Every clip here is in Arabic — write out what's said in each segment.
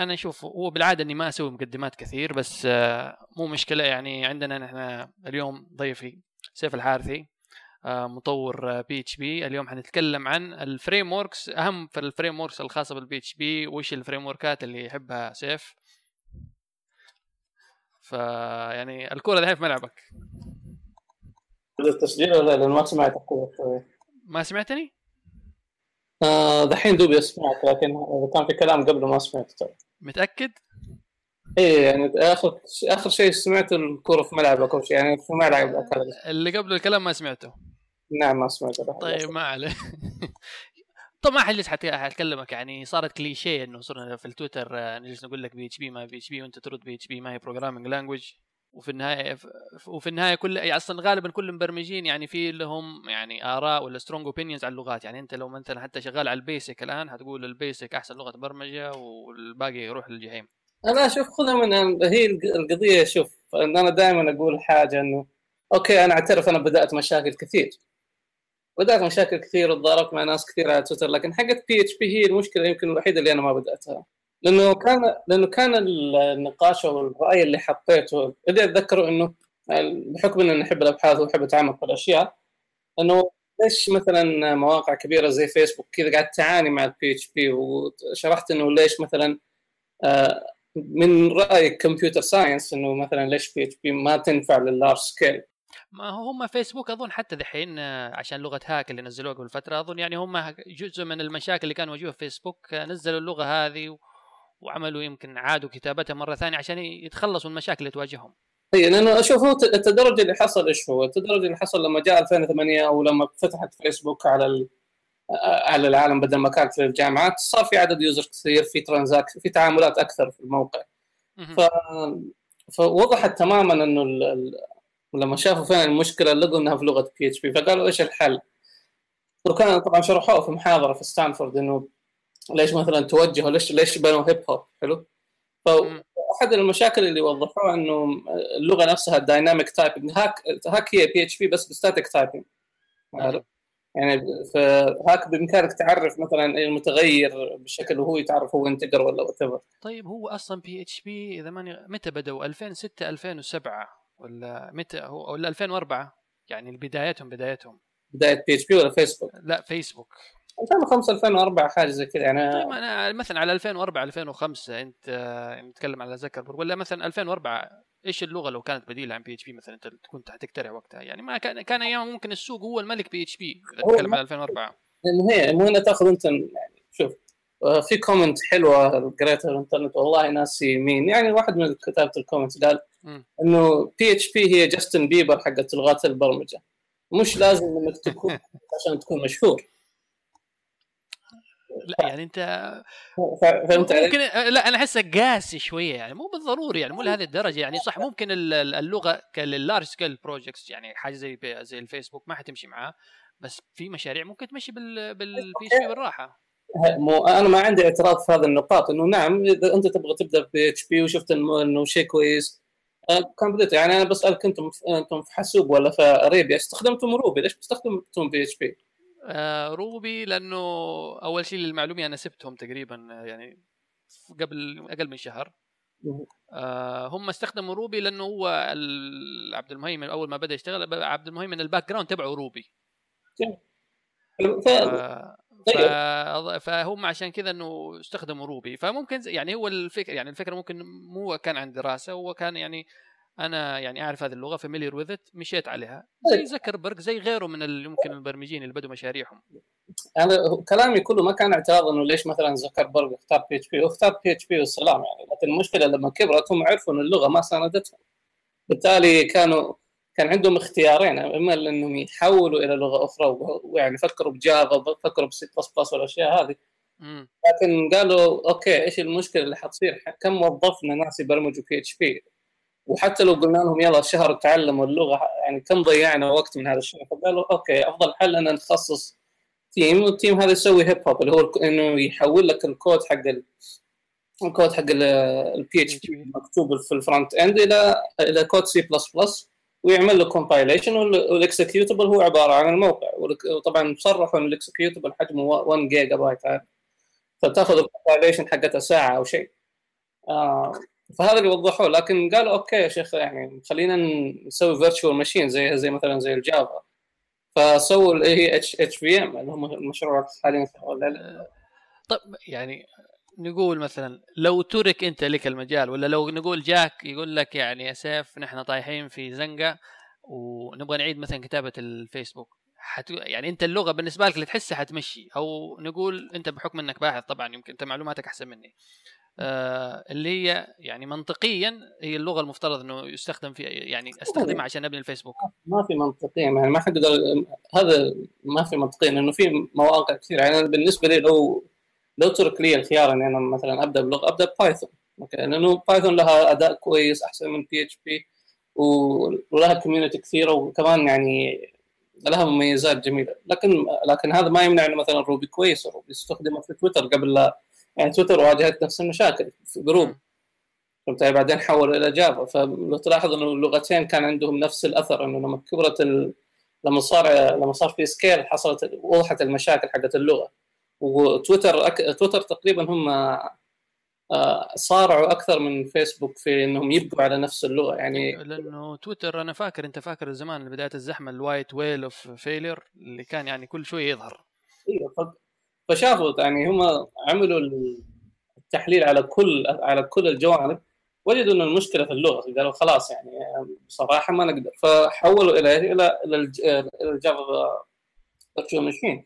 انا اشوف هو بالعاده اني ما اسوي مقدمات كثير، بس مو مشكله. يعني عندنا نحن اليوم ضيفي سيف الحارثي، مطور بي اتش بي. اليوم حنتكلم عن الفريم وركس، اهم في الفريم وركس الخاصه بالبي اتش بي، وش الفريم وركات اللي يحبها سيف. فيعني الكوره الحين في ملعبك. التسجيل ولا لأن ما سمعتك شوي؟ ما سمعتني؟ دحين دوبي سمعت، لكن إذا كان في كلام قبل ما سمعت. متاكد؟ ايه يعني اخر شيء سمعت الكرة في ملعبك او شيء، يعني في ملعبك هذا. اللي قبل الكلام ما سمعته؟ نعم ما سمعته. طيب ما عليه. طب ما حجلس حتكلمك. يعني صارت كليشيه انه صرنا في التويتر نجلس نقول لك بي اتش بي ما بي اتش بي، وانت ترد بي اتش بي ما هي بروجرامينج لانجويج. وفي النهايه كل يعني اصلا غالبا كل المبرمجين يعني في لهم يعني اراء ولا سترونج اوبينيونز على اللغات. يعني انت لو مثلا حتى شغال على البيسك الان حتقول البيسك احسن لغه برمجه والباقي يروح للجحيم. انا اشوف خذها من هي القضيه. شوف ان انا دائما اقول حاجه انه اوكي انا اعترف انا بدات مشاكل كثير وتضاربت مع ناس كثير على تويتر، لكن حقت بي اتش بي هي المشكله يمكن الوحيده اللي انا ما بداتها، لانه كان النقاش او الراي اللي حطيته اللي اتذكره انه بحكم اني نحب الابحاث وحب اتعمق في الاشياء، انه ليش مثلا مواقع كبيره زي فيسبوك كذا قاعد تعاني مع البي اتش بي، وشرحت انه ليش مثلا من راي كمبيوتر ساينس انه مثلا ليش بي اتش بي ما تنفع لللارج سكيل. ما هم فيسبوك اظن حتى دحين عشان لغه هاك اللي نزلوها قبل فتره، اظن يعني هم جزء من المشاكل اللي كانوا يواجهوها في فيسبوك نزلوا اللغه هذه وعملوا يمكن عادوا كتابتها مره ثانيه عشان يتخلصوا من المشاكل اللي تواجههم. اي لانه اشوف هو التدرج اللي حصل. ايش هو التدرج اللي حصل لما جاء 2008 او لما فتحت فيسبوك على العالم بدل ما كانت في الجامعات، صار في عدد يوزر كثير، في ترانزاكشن، في تعاملات اكثر في الموقع. ف... فوضحت تماما انه لما شافوا فين المشكله لقوا انها في لغه بي اتش بي، فقالوا ايش الحل. وكان طبعا شرحوه في محاضره في ستانفورد انه ليش مثلا توجهوا ليش بنوا هيب هوب. حلو. فاحد المشاكل اللي وضحوها انه اللغه نفسها الدايناميك تايبنج هاك هي بي اتش بي بس بستاتيك تايبنج. يعني فهاك بامكانك تعرف مثلا المتغير بشكل وهو يتعرف هو انتجر ولا وات. طيب هو اصلا بي اتش بي اذا ماني متى بدأوا 2006 2007 ولا متى هو ولا 2004؟ يعني بدايه بدايه بي اتش بي ولا فيسبوك؟ لا فيسبوك 2005 2004 حاجه زي كذا يعني. طيب انا مثلا على 2004 2005 انت نتكلم على زكربرج، ولا مثلا 2004 ايش اللغه لو كانت بديله عن بي اتش بي مثلا انت كنت حتقترح وقتها؟ يعني ما كان ايام ممكن السوق هو الملك بي اتش بي اذا نتكلم على 2004. مو هنا تاخذ انت يعني. شوف في كومنت حلوه قريتها في الانترنت والله ناسي مين، يعني واحد من كتابه الكومنت قال انه بي اتش بي هي جاستن بيبر حقت لغات البرمجه، مش لازم انك تكون عشان تكون مشهور. لا يعني انت فهمت ممكن لا انا احسك قاسي شويه، يعني مو بالضروري يعني مو لهذه الدرجه. يعني صح ممكن اللغه كاللارج سكيل بروجكتس يعني حاجه زي الفيسبوك ما حتمشي معاه، بس في مشاريع ممكن تمشي بالبي اتش بي بالراحه. مو انا ما عندي اعتراض في هذه النقاط، انه نعم اذا انت تبغى تبدا بي اتش بي وشفت انه شيء كويس كان بديت. يعني انا بسالك انتم في حاسوب ولا في اريبيا استخدمتم روبي، ليش استخدمتم بي اتش بي؟ روبي لانه اول شيء للمعلومه انا سبتهم تقريبا يعني قبل اقل من شهر. هم استخدموا روبي لانه هو عبد المهيمن اول ما بدا يشتغل عبد المهيمن الباك جراوند تبعه روبي. فهم عشان كذا انه استخدموا روبي. فممكن يعني هو الفكره ممكن مو كان عن دراسه، هو كان يعني انا يعني اعرف هذه اللغه فاميليار وذ ات مشيت عليها زي زكربرج زي غيره من يمكن المبرمجين اللي بدوا مشاريعهم. انا كلامي كله ما كان اعتراض انه ليش مثلا زكربرج اختار بي اتش بي واختار بي اتش بي والسلام يعني، لكن المشكله لما كبرت هم عرفوا ان اللغه ما ساندتهم، بالتالي كان عندهم اختيارين، اما انهم يحولوا الى لغه اخرى ويعني فكروا بجافا فكروا بسي بلس بلس والاشياء هذه. لكن قالوا اوكي ايش المشكله اللي حتصير؟ كم وظفنا ناس يبرمجوا بي اتش بي، وحتى لو قلنا لهم يلا شهر تعلموا اللغه يعني كم ضيعنا وقت من هذا الشيء. فقالوا اوكي افضل حل ان نخصص تيم، والتيم هذا يسوي هيب هوب اللي هو انه يحول لك الكود حق البي اتش بي مكتوب في الفرونت اند الى كود سي بلس بلس، ويعمل له كومبايليشن، والاكسكيوتبل هو عباره عن الموقع. وطبعا صرحوا ان الاكسكيوتبل حجمه 1 جيجا بايت، فتاخذ الكومبايليشن حقتها ساعه او شيء. فهذا اللي وضحوه. لكن قالوا اوكي يا شيخ يعني خلينا نسوي فيرتشوال ماشين زي مثلا زي الجافا، فسووا اللي هي اتش في ام اللي هم المشروع حاليا. طب يعني نقول مثلا لو ترك انت لك المجال، ولا لو نقول جاك يقول لك يعني يا سيف نحن طايحين في زنقه ونبغى نعيد مثلا كتابه الفيسبوك، يعني انت اللغه بالنسبه لك اللي تحسها حتمشي، او نقول انت بحكم انك باحث طبعا يمكن انت معلوماتك احسن مني، اللي هي يعني منطقيا هي اللغه المفترض انه يستخدم في، يعني استخدمها عشان ابني الفيسبوك. ما في منطقيا يعني ما حد يقدر هذا، ما في منطقيا لانه في مواقع كثير. يعني أنا بالنسبه لي لو ترك لي الخيار اني انا مثلا ابدا بلغه، ابدا بايثون، لانه بايثون لها اداء كويس احسن من بي اتش بي، ولها كوميونتي كثيره، وكمان يعني لها مميزات جميله. لكن هذا ما يمنع انه مثلا روبي كويس، روبي استخدمت في تويتر قبل لا، يعني تويتر واجهت نفس المشاكل في جروب، فهمت؟ بعدين حولوا الى جافا. فلو تلاحظ انه اللغتين كان عندهم نفس الاثر، انه لما كبرت لما صار في سكيل وضحت المشاكل حقت اللغه. تويتر تقريبا هم صارعوا اكثر من فيسبوك في انهم يبقوا على نفس اللغه يعني. لانه تويتر انا فاكر، انت فاكر زمان بدايه الزحمه الوايت ويل اوف فيلير اللي كان يعني كل شويه يظهر. ايوه، فشافوا يعني هم عملوا التحليل على كل الجوانب، وجدوا ان المشكله في اللغه، قالوا خلاص يعني بصراحه ما نقدر، فحولوا الى الجافا فيرتشوال ماشين.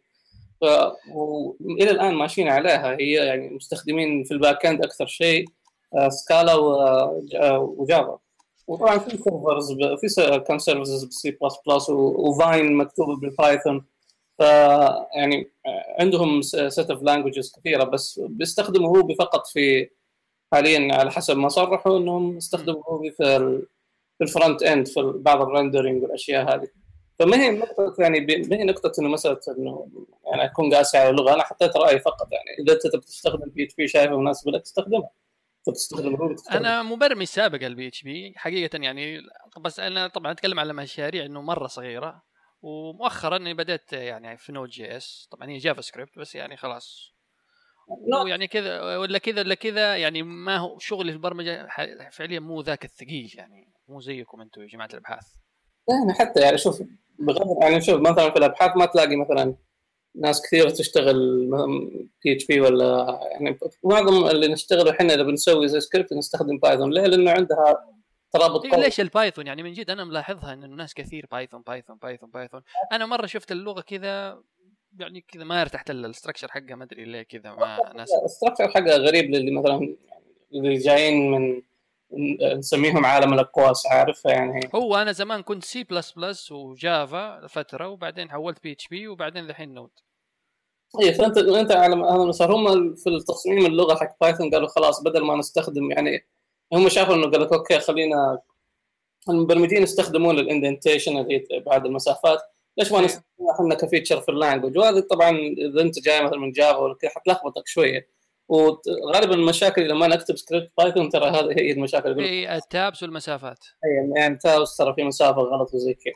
والى الان ماشيين عليها، هي يعني مستخدمين في الباك اند اكثر شيء سكالا وجافا. وطبعا في سيرفرز في كم سيرفرز بسي بلس بلس، وفاين مكتوبه بالبايثون. فيعني عندهم سيت اوف لانجويجز كثيره، بس بيستخدموا روبي فقط في حاليا على حسب ما صرحوا انهم يستخدموا روبي في الفرونت اند في بعض الرندرنج والاشياء هذه. فما هي نقطة يعني ما هي نقطة انه مسألة انه يعني اكون قاسي على اللغة. انا حطيت رأيي فقط، يعني اذا انت تستخدم بي اتش بي شايفه مناسب لك تستخدمها، فتستخدم روبي تستخدم. انا مبرمج سابق البي اتش بي حقيقه يعني، بس انا طبعا اتكلم على مشاريع انه مره صغيره، ومؤخرا اني بدأت يعني في نود جي اس، طبعا هي جافا سكريبت بس يعني خلاص، ويعني كذا ولا كذا يعني ما هو شغلي في البرمجه فعليا مو ذاك الثقيل، يعني مو زيكم انتم يا جماعه الابحاث. يعني حتى يعني شوف، بغض يعني شوف مثلا في الابحاث ما تلاقي مثلا ناس كثير تشتغل بي اتش بي، ولا يعني معظم اللي نشتغل احنا اذا بنسوي زي سكريبت نستخدم بايثون. ليه؟ لانه عندها ترابط إيه قوي. ليش البايثون يعني من جد انا ملاحظها ان الناس كثير بايثون بايثون بايثون بايثون. انا مره شفت اللغه كذا يعني كذا ما ارتحت لها، الاستراكشر حقها ما ادري ليه كذا ما ناسب. الستركشر حقها غريب للي مثلا اللي جايين من نسميهم عالم الاقواس، عارف يعني. هو انا زمان كنت سي بلس بلس وجافا فتره، وبعدين حولت بي اتش بي، وبعدين الحين نود. اي فانت على هذا صار هم في التصميم اللغه حق بايثون قالوا خلاص بدل ما نستخدم يعني، هم شافوا انه قال لك اوكي خلينا المبرمجين يستخدمون الاندنتيشن اللي هي بعد المسافات، ليش ما نستخدمها احنا كفيتشر في اللانجوج؟ وهذا طبعا اذا انت جاي مثلا من جافا ولا كذا حتلخبطك شويه. وغالبا المشاكل لما نكتب سكريبت بايثون ترى هذه هي المشاكل، يقول اي التابس والمسافات. يعني ترى في مسافه غلط وزي كذا.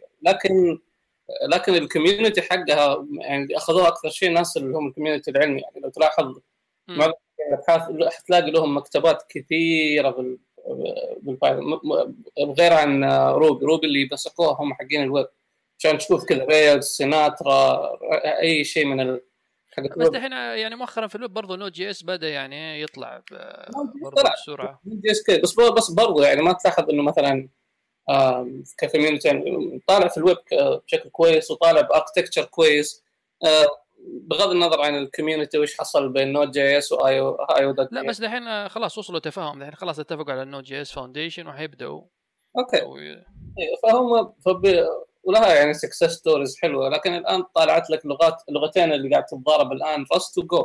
لكن الكوميونتي حقها يعني اخذوها اكثر شيء الناس اللي هم الكوميونتي العلمي. يعني لو تلاحظ معظم الابحاث حتلاقي لهم مكتبات كثيره بالبايثون، غير عن روبي اللي مسكوها هم حقين الويب عشان تشوف كذا ريلز سيناترا اي شيء من بس دحين يعني مؤخرا في الويب برضه نود جي اس بدا يعني يطلع برضه بسرعه. بس برضه يعني ما تلاحظ انه مثلا ككوميونتي يعني طالع في الويب بشكل كويس، وطالع باركتكتشر كويس، بغض النظر عن الكوميونتي وش حصل بين نود جي اس وايو دوت. لا بس دحين خلاص وصلوا تفاهم، دحين خلاص اتفقوا على النود جي اس فاونديشن وحيبداوا. اوكي فهم ولها يعني سكسس ستوريز حلوه. لكن الان طالعت لك اللغتين اللي قاعد تتضارب الان، رست وجو.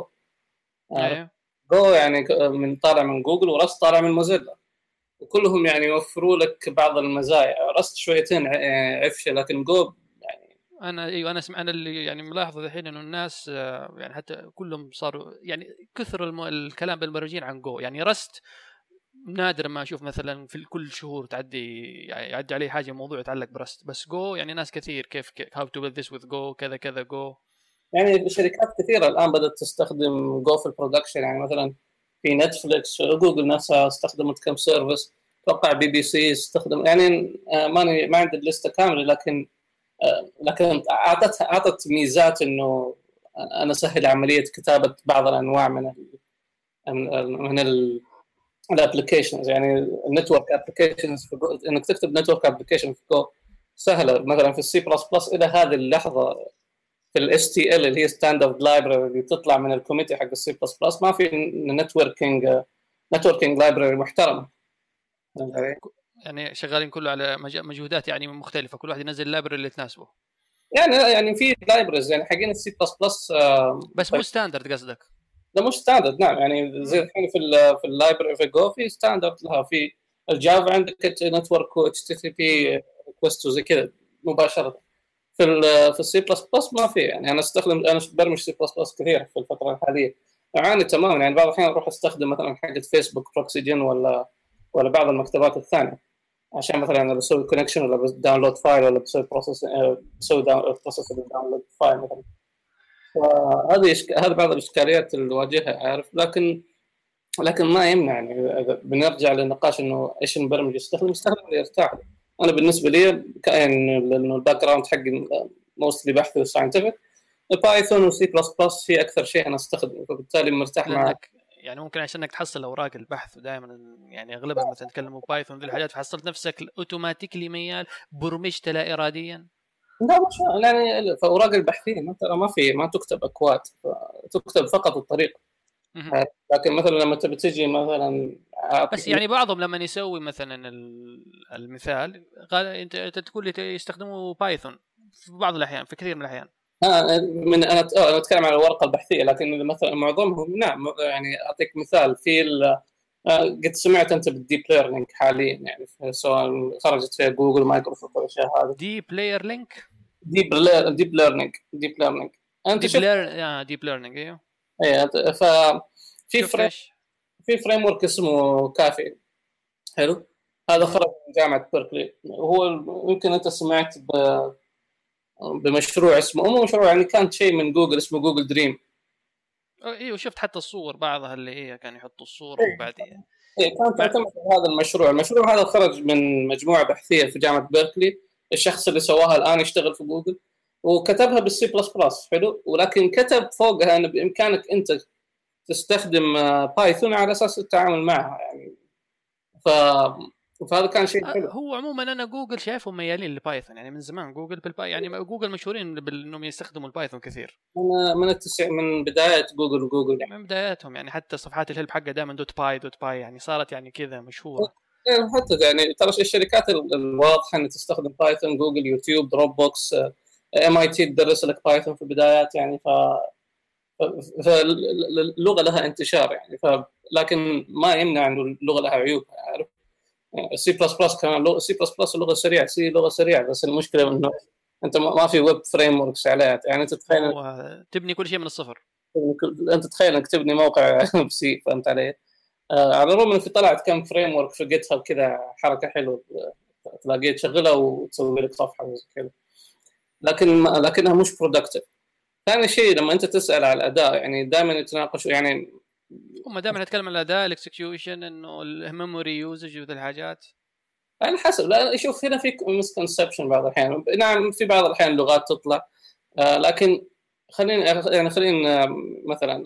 جو يعني من طالع من جوجل، ورست طالع من موزيلا، وكلهم يعني يوفروا لك بعض المزايا. رست شويتين عفشه، لكن جو يعني انا اللي يعني ملاحظه الحين انه الناس يعني حتى كلهم صاروا يعني كثر الكلام بالمبرمجين عن جو. يعني رست نادر ما اشوف مثلا في كل شهور يعدي عليه حاجه موضوع يتعلق برست، بس جو يعني ناس كثير كيف هاو تو بيلد ذس وذ جو كذا جو. يعني شركات كثيره الان بدات تستخدم جو في البرودكشن. يعني مثلا في نتفليكس، جوجل نفسها استخدمت كم سيرفيس، اتوقع BBC استخدم، يعني ما عندي الليسته كامله، لكن اعطت ميزات انه انا اسهل عمليه كتابه بعض الانواع من الابلكيشنز، يعني النتورك ابلكيشنز، انك تكتب نتورك ابلكيشن في جو سهله. مثلا في السي بلس بلس الى هذه اللحظه في الاس تي ال اللي هي ستاندرد لايبرري اللي تطلع من الكوميتي حق السي بلس بلس، ما في نتوركينج لايبرري محترمه. يعني شغالين كله على مجهودات يعني مختلفه، كل واحد ينزل اللايبرري اللي تناسبه. يعني في لايبرز يعني حقين السي بلس بلس، بس مو ستاندرد قصدك؟ لا مش ستاندرد، نعم. يعني زي الحين في اللايبرري في جو في ستاندرد لها. في الجافا عندك نتورك و اتش تي تي بي ريكوست وزي كذا مباشره. في السي بلس بلس ما في. يعني انا برمج سي بلس بلس كثير في الفتره الحاليه، اعاني تماما. يعني بعض الاحيان اروح استخدم مثلا حقه فيسبوك بروكسيجن ولا بعض المكتبات الثانيه، عشان مثلا بسوي كونكشن ولا داونلود فايل ولا بسوي بروسس داونلود فايل مثلا. هذه بعض الاشكاليات اللي نواجهها، عارف. لكن ما يمنع، يعني بنرجع للنقاش انه ايش المبرمج يستخدم اللي يرتاح له. انا بالنسبه لي يعني لانه الباك جراوند حقي موستلي بحثي وساينتفك، بايثون وسي بلس بلس هي اكثر شيء انا استخدمه، فبالتالي مرتاح معه. يعني ممكن عشان انك تحصل اوراق البحث ودائما يعني اغلبها مثلا تكلموا بايثون ذي الحاجات، فحصلت نفسك اوتوماتيكلي ميال برمجت لا اراديا. لا مش يعني في اوراق البحثيه ما تكتب اكواد، تكتب فقط الطريقه. لكن مثلا لما تبي تجي مثلا بس يعني بعضهم لما يسوي مثلا المثال قال انت تقول لي يستخدموا بايثون في بعض الاحيان، في كثير من الاحيان. انا اتكلم عن الورقه البحثيه، لكن مثلا معظمهم نعم. يعني اعطيك مثال في قد سمعت انت بالديب ليرنينج حاليا، يعني سواء خرجت فيها جوجل مايكروسوفت والاشياء هذه. ديب ليرنينج ديب ليرنينج انت شفت ديب ليرنينج ايوه. ايه في فريم ورك اسمه كافي. حلو. هذا خرج من جامعه بيركلي. هو يمكن انت سمعت بمشروع اسمه، مو مشروع يعني، كان شيء من جوجل اسمه جوجل دريم. ايوه شفت حتى الصور بعضها اللي هي كان يحطوا الصور وبعدين كانت تعتمد على هذا المشروع هذا خرج من مجموعه بحثيه في جامعه بيركلي. الشخص اللي سواها الان يشتغل في جوجل، وكتبها بالسي بلس بلس. حلو. ولكن كتب فوقها ان بامكانك انت تستخدم بايثون على اساس التعامل معها، يعني فهذا كان شيء حلو. هو عموما انا جوجل شايفهم ميالين لبايثون، يعني من زمان جوجل يعني جوجل مشهورين بانهم يستخدموا البايثون كثير من بدايه جوجل يعني. من بداياتهم يعني، حتى صفحات الهلب حقها دائما دوت باي يعني صارت يعني كذا مشهوره. حتى يعني ترى الشركات الواضحه ان تستخدم بايثون، جوجل، يوتيوب، دروب بوكس، MIT تدرس لك بايثون في البدايات. يعني فاللغه لها انتشار يعني. لكن ما يمنع انه اللغه لها عيوب، عارف. السي بلس بلس كمان السي بلس بلس لغه سريعه، لغه سريعه، بس المشكله انه انت ما في ويب فريم وركس عليها. يعني انت تتخيل تبني كل شيء من الصفر. انت تتخيل انك تبني موقع بسي، فهمت علي؟ على الرغم انه في طلعت كم فريم ورك في جيت هاب كذا، حركه حلوه تلاقيه تشغلها وتسوي لك صفحه زي كذا، لكنها مش برودكتيف. ثاني شيء لما انت تسال على الاداء، يعني دائما يتناقشوا، يعني هم دائما نتكلم عن الاداء، الاكسكيوشن، انه الميموري يوزج وذي الحاجات على حسب. لا شوف، هنا في مسكونسبشن بعض الاحيان. نعم في بعض الاحيان لغات تطلع، لكن خلينا مثلا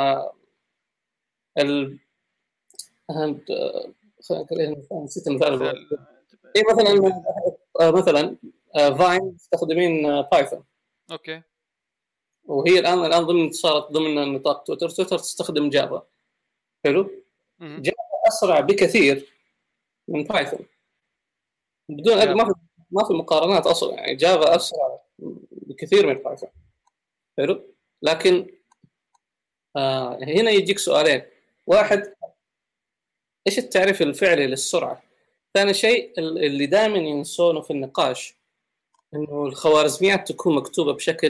نسيت المثال. اي مثلا فاين مستخدمين بايثون. اوكي. وهي الان صارت ضمن نطاق تويتر تستخدم جافا. حلو. جافا اسرع بكثير من بايثون بدون ما في مقارنات اصلا. يعني جافا اسرع بكثير من بايثون. حلو. لكن هنا يجيك سؤالين. واحد، ايش التعريف الفعلي للسرعه؟ ثاني شيء اللي دائما ينسونه في النقاش انه الخوارزميات تكون مكتوبه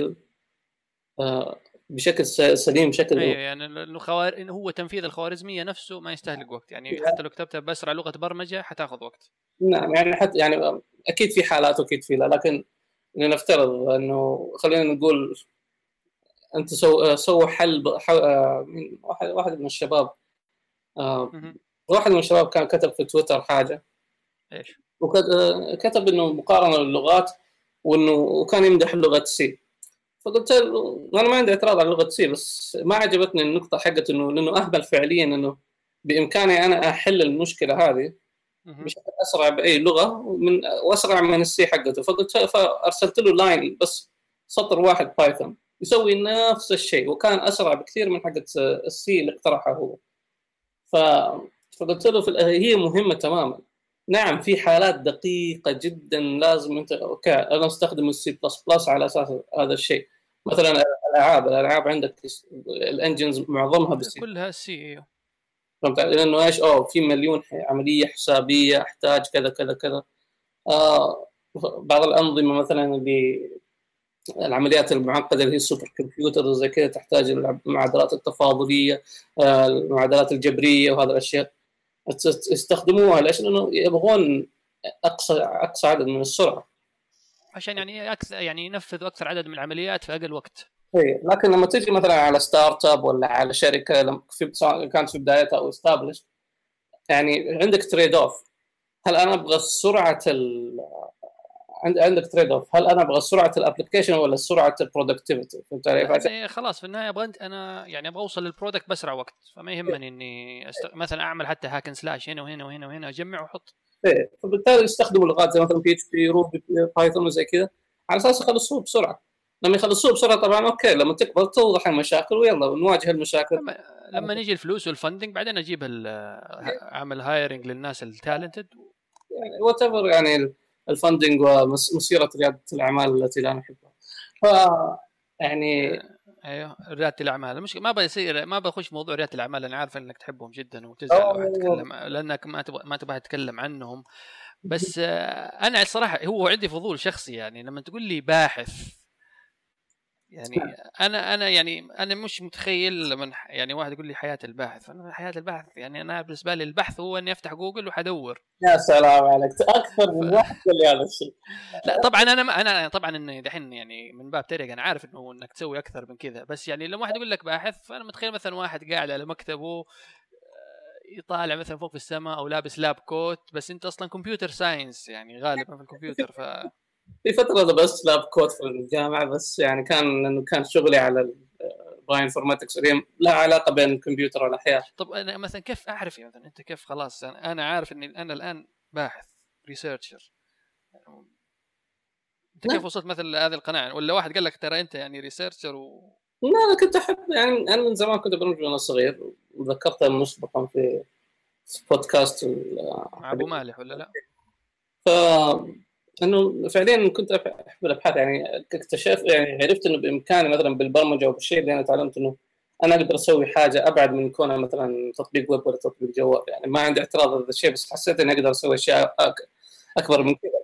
بشكل سليم، بشكل ايوه يعني انه هو تنفيذ الخوارزميه نفسه ما يستهلك وقت، يعني حتى لو كتبتها باسرع لغه برمجه حتاخذ وقت. نعم يعني حتى يعني اكيد في حالات واكيد في لا، لكن لنفترض انه خلينا نقول انت سووا حل واحد من الشباب واحد من الشباب كان كتب في تويتر حاجه ايش وكتب انه مقارنه للغات وكان يمدح لغه سي. فقلت له انا ما عندي اعتراض على لغه سي، بس ما عجبتني النقطه حقت لانه اهبل فعليا انه بامكاني انا احل المشكله هذه بشكل اسرع باي لغه واسرع من السي حقته. فارسلت له لاين بس سطر واحد بايثون يسوي نفس الشيء وكان اسرع بكثير من حقه السي اللي اقترحها هو. فقلت له هي مهمه تماما. نعم في حالات دقيقه جدا لازم انت اوكي انا استخدم السي بلس بلس على اساس هذا الشيء. مثلا الالعاب عندك الانجنز معظمها بالسي كلها سي. فهمت لانه ايش في مليون عمليه حسابيه احتاج كذا كذا كذا. بعض الانظمه مثلا اللي العمليات المعقده اللي هي السوبر كمبيوتر زي كذا تحتاج المعادلات التفاضليه المعادلات الجبريه وهذه الاشياء يستخدموها لانه يبغون اقصى عدد من السرعه عشان يعني اكثر يعني ينفذوا اكثر عدد من العمليات في اقل وقت. لكن لما تيجي مثلا على ستارت اب ولا على شركه لما كانت في بدايتها او استابلش يعني عندك تريد اوف. هل انا ابغى سرعه عندك تريد اوف، هل انا ابغى سرعه الابلكيشن ولا سرعه البرودكتيفيتي؟ فهمت علي؟ خلاص في النهايه ابغى انا يعني ابغى اوصل للبرودكت باسرع وقت، فما يهمني اني مثلا اعمل حتى هاكن سلاش هنا وهنا وهنا وهنا اجمع واحط. فبالتالي يستخدموا لغات زي مثلا بي اتش بي روبي بايثون وزي كذا على اساس يخلصوه بسرعه. لما يخلصوه بسرعه طبعا اوكي لما تكبر توضح المشاكل ويلا نواجه المشاكل. لما نيجي الفلوس والفندنج بعدين اجيب اعمل هايرنج للناس التالنتد يعني وات ايفر يعني الفندنج ومسيره رياده الاعمال التي لا نحبها. ف يعني ايوه رياده الاعمال المشكله ما بخش موضوع رياده الاعمال. انا عارف انك تحبهم جدا وتزعل لو تتكلم لانك ما تبغى تتكلم عنهم، بس انا الصراحه هو عندي فضول شخصي. يعني لما تقول لي باحث يعني انا يعني انا مش متخيل لما يعني واحد يقول لي حياه الباحث. انا حياه الباحث يعني انا بالنسبه لي البحث هو اني افتح جوجل وحدور. يا سلام عليك اكثر من واحد قال لي هذا الشيء. لا طبعا انا طبعا اني دحين يعني من باب تريق انا عارف انك تسوي اكثر من كذا، بس يعني لما واحد يقول لك باحث فانا متخيل مثلا واحد قاعد على مكتبه يطالع مثلا فوق في السماء او لابس لاب كوت، بس انت اصلا كمبيوتر ساينس يعني غالبا في الكمبيوتر. في فتره لبست لاب كوت في الجامعه، بس يعني كان شغلي على بايوانفورماتكس لا علاقه بين الكمبيوتر والاحياء. طب انا مثلا كيف اعرف مثلا انت كيف خلاص انا عارف اني انا الان باحث ريسيرشر، انت كيف وصلت مثل هذه القناعه؟ ولا واحد قال لك ترى انت يعني ريسيرشر لا انا كنت احب يعني انا من زمان كنت برمج وانا صغير، وذكرتها مسبقا في بودكاست مع ابو مالح ولا لا؟ انه فعليا كنت احب الابحاث. يعني اكتشفت يعني عرفت انه بامكاني مثلا بالبرمجه وبالشيء اللي انا تعلمت انه انا اقدر اسوي حاجه ابعد من كونها مثلا تطبيق ويب ولا تطبيق جوال. يعني ما عندي اعتراض على هذا الشيء، بس حسيت اني اقدر اسوي اشياء اكبر من كذا.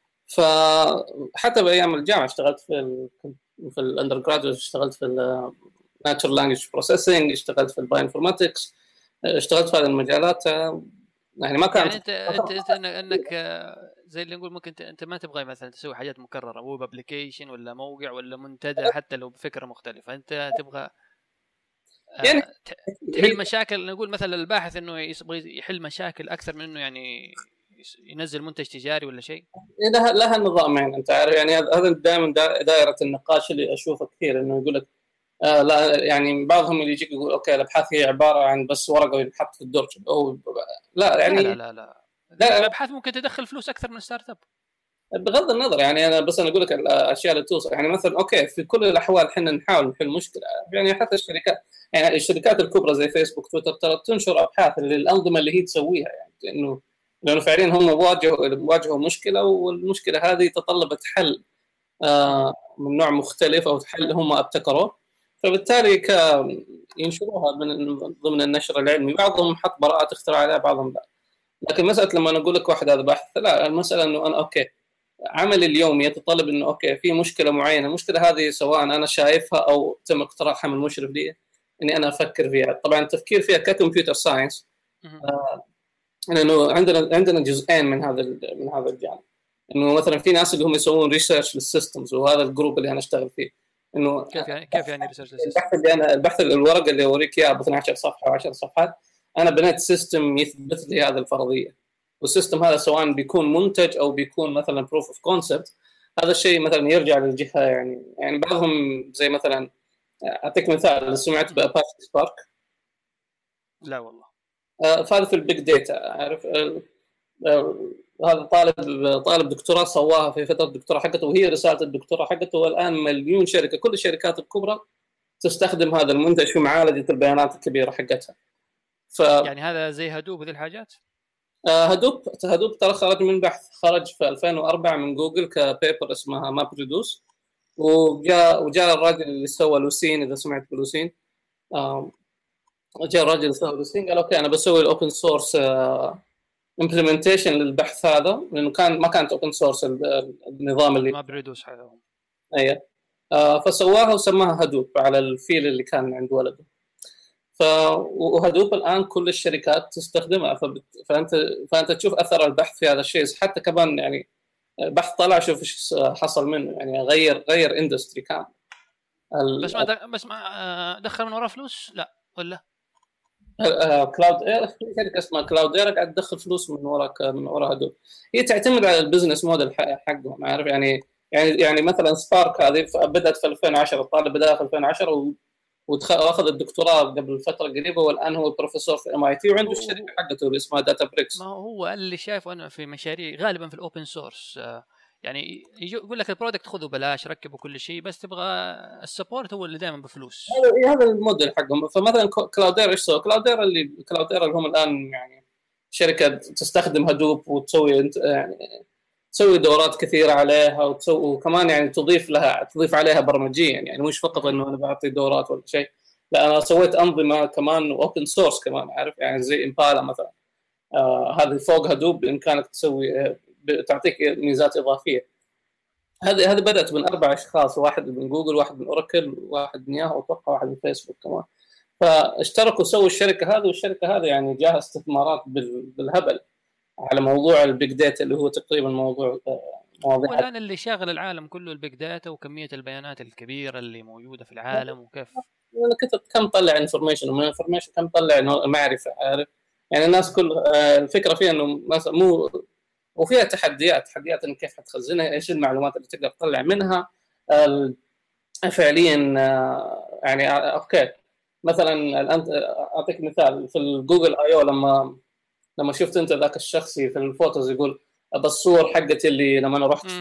فحتى بايام الجامعه اشتغلت في الاندر جرادويت، اشتغلت في الناتشرال لانجويج بروسيسنج، اشتغلت في البايوانفورماتكس، اشتغلت في هذه المجالات. يعني ما كان يعني انت انك زي اللي نقول ممكن انت ما تبغى مثلا تسوي حاجات مكرره، ويب ابلكيشن ولا موقع ولا منتدى حتى لو بفكره مختلفه. انت تبغى يعني تحل مشاكل. نقول مثلا الباحث انه يبغى يحل مشاكل اكثر من انه يعني ينزل منتج تجاري ولا شيء. لها نظامين انت عارف. يعني هذا دائما دائره النقاش اللي اشوفه كثير، انه يقول لك لا يعني بعضهم اللي يجيك يقول اوكي الابحاث هي عباره عن بس ورقه وينحط في الدرج او لا يعني لا الابحاث ممكن تدخل فلوس اكثر من ستارت اب بغض النظر. يعني انا بس انا اقول لك الاشياء اللي توصل. يعني مثلا اوكي في كل الاحوال احنا نحاول نحل مشكله. يعني حتى الشركات يعني الشركات الكبرى زي فيسبوك تويتر ترى تنشر ابحاث للانظمه اللي هي تسويها، يعني لانه فعليا هم واجهوا مشكله، والمشكله هذه تطلبت حل من نوع مختلف او حل هم ابتكروه، فبالتالي ينشروها ضمن النشر العلمي. بعضهم حط براءات اختراع عليها بعضهم لا. لكن مساله لما انا اقول لك واحد هذا بحث، لا المساله انه انا اوكي عملي اليومي يتطلب انه اوكي في مشكله معينه، المشكله هذه سواء انا شايفها او تم اقتراحها من المشرف لي اني انا افكر فيها. طبعا التفكير فيها ككمبيوتر ساينس لانه عندنا جزئين من هذا الجانب. انه مثلا في ناس اللي هم يسوون ريسيرش للسيستمز، وهذا الجروب اللي انا اشتغل فيه. انه كيف يعني ريسيرش البحث الورقه اللي اوريك اياها ب 12 صفحه و10 صفحات انا بنيت سيستم يثبت لي هذه الفرضيه، والسيستم هذا سواء بيكون منتج او بيكون مثلا بروف اوف كونسبت، هذا الشيء مثلا يرجع للجهه. يعني بعضهم زي مثلا اعطيك مثال، سمعت باباتشي سبارك؟ لا والله. فهذا في البيج داتا، عارف. هذا طالب دكتوراه سواها في فتره الدكتوراه حقته، وهي رساله الدكتوراه حقته، والان مليون شركه، كل الشركات الكبرى تستخدم هذا المنتج في معالجه البيانات الكبيره حقتها. يعني هذا زي هدوب ذي الحاجات. هدوب ترى خرج من بحث، خرج في 2004 من جوجل كبيبر اسمها ماب ريدوس، وجاء الراجل اللي سوى لوسين، اذا سمعت بلوسين. جاء الراجل اللي سوى لوسين قال اوكي انا بسوي الاوبن سورس امبلمنتيشن للبحث هذا، لانه ما كانت اوبن سورس النظام اللي ماب ريدوس حقهم. ايوه. فسواها وسماها هدوب على الفيل اللي كان عند ولده. وهدوب الان كل الشركات تستخدمها، فانت تشوف اثر البحث في هذا الشيء. حتى كمان يعني بحث طلع، شوف ايش حصل منه، يعني غير اندستري كامل. بس ما دخل من وراه فلوس لا ولا؟ كلاود اير، في شركه اسمها كلاود اير قاعد تدخل فلوس من وراء هدوب. هي تعتمد على البزنس موديل حقهم، عارف. يعني مثلا سبارك هذه بدات في 2010، الطالب بدأ في 2010 واخذ الدكتوراه قبل فتره قريبه، والان هو بروفيسور في MIT، وعنده الشركه حقته اللي اسمها داتا بريكس. ما هو اللي شايفه انا في مشاريع غالبا في الاوبن سورس، يعني يقول لك البرودكت خذه بلاش، ركبه كل شيء، بس تبغى السبورت هو اللي دائما بفلوس. هذا الموديل حقهم. فمثلا كلاودير ايش سوى؟ كلاودير اللي هم الان يعني شركه تستخدم هدوب وتسوي يعني تسوي دورات كثيره عليها، وكمان يعني تضيف عليها برمجيا، يعني مش فقط انه انا بعطي دورات ولا شيء، لا انا سويت انظمه كمان اوبن سورس كمان، عارف، يعني زي امبالا مثلا. هذه فوق هدوب بامكانك تسوي، تعطيك ميزات اضافيه. هذه بدات من 4 اشخاص، واحد من جوجل، واحد من اوراكل، واحد من ياهو، واتوقع واحد من فيسبوك كمان. فاشتركوا سووا الشركه هذه، والشركه هذه يعني جاها استثمارات بالهبل على موضوع البيج داتا، اللي هو تقريبا مواضيع. والان اللي شاغل العالم كله البيج داتا وكميه البيانات الكبيره اللي موجوده في العالم، وكيف انا كنت كم طلع انفورميشن، ومن انفورميشن كم طلع معرفه، عارف. يعني الناس كل الفكره فيها انه مو، وفيها تحديات انه كيف حتخزنها، ايش المعلومات اللي تقدر تطلع منها فعليا. يعني اوكي، مثلا الان اعطيك مثال في الجوجل اي او، لما شفت انت ذاك الشخصي في الفوتوز يقول بالصور حقتي اللي لما انا رحت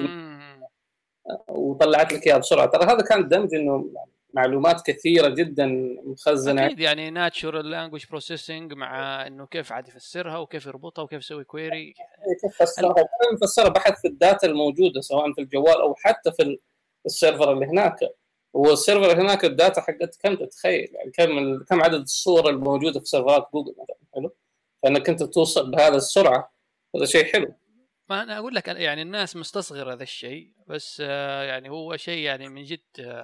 وطلعت لك اياها بسرعه، ترى هذا كان دمج انه معلومات كثيره جدا مخزنه. اكيد يعني ناتشورال لانجويج بروسيسنج، مع انه كيف عاد يفسرها وكيف يربطها وكيف يسوي كويري، كيف فسرها بحث في الداتا الموجوده سواء في الجوال او حتى في السيرفر اللي هناك. والسيرفر هناك الداتا حقت كم تتخيل، يعني كم عدد الصور الموجوده في سيرفرات جوجل مثلا. حلو، فانك انت توصل بهذا السرعه، هذا شيء حلو. ما انا اقول لك يعني الناس مستصغر هذا الشيء، بس يعني هو شيء يعني من جد.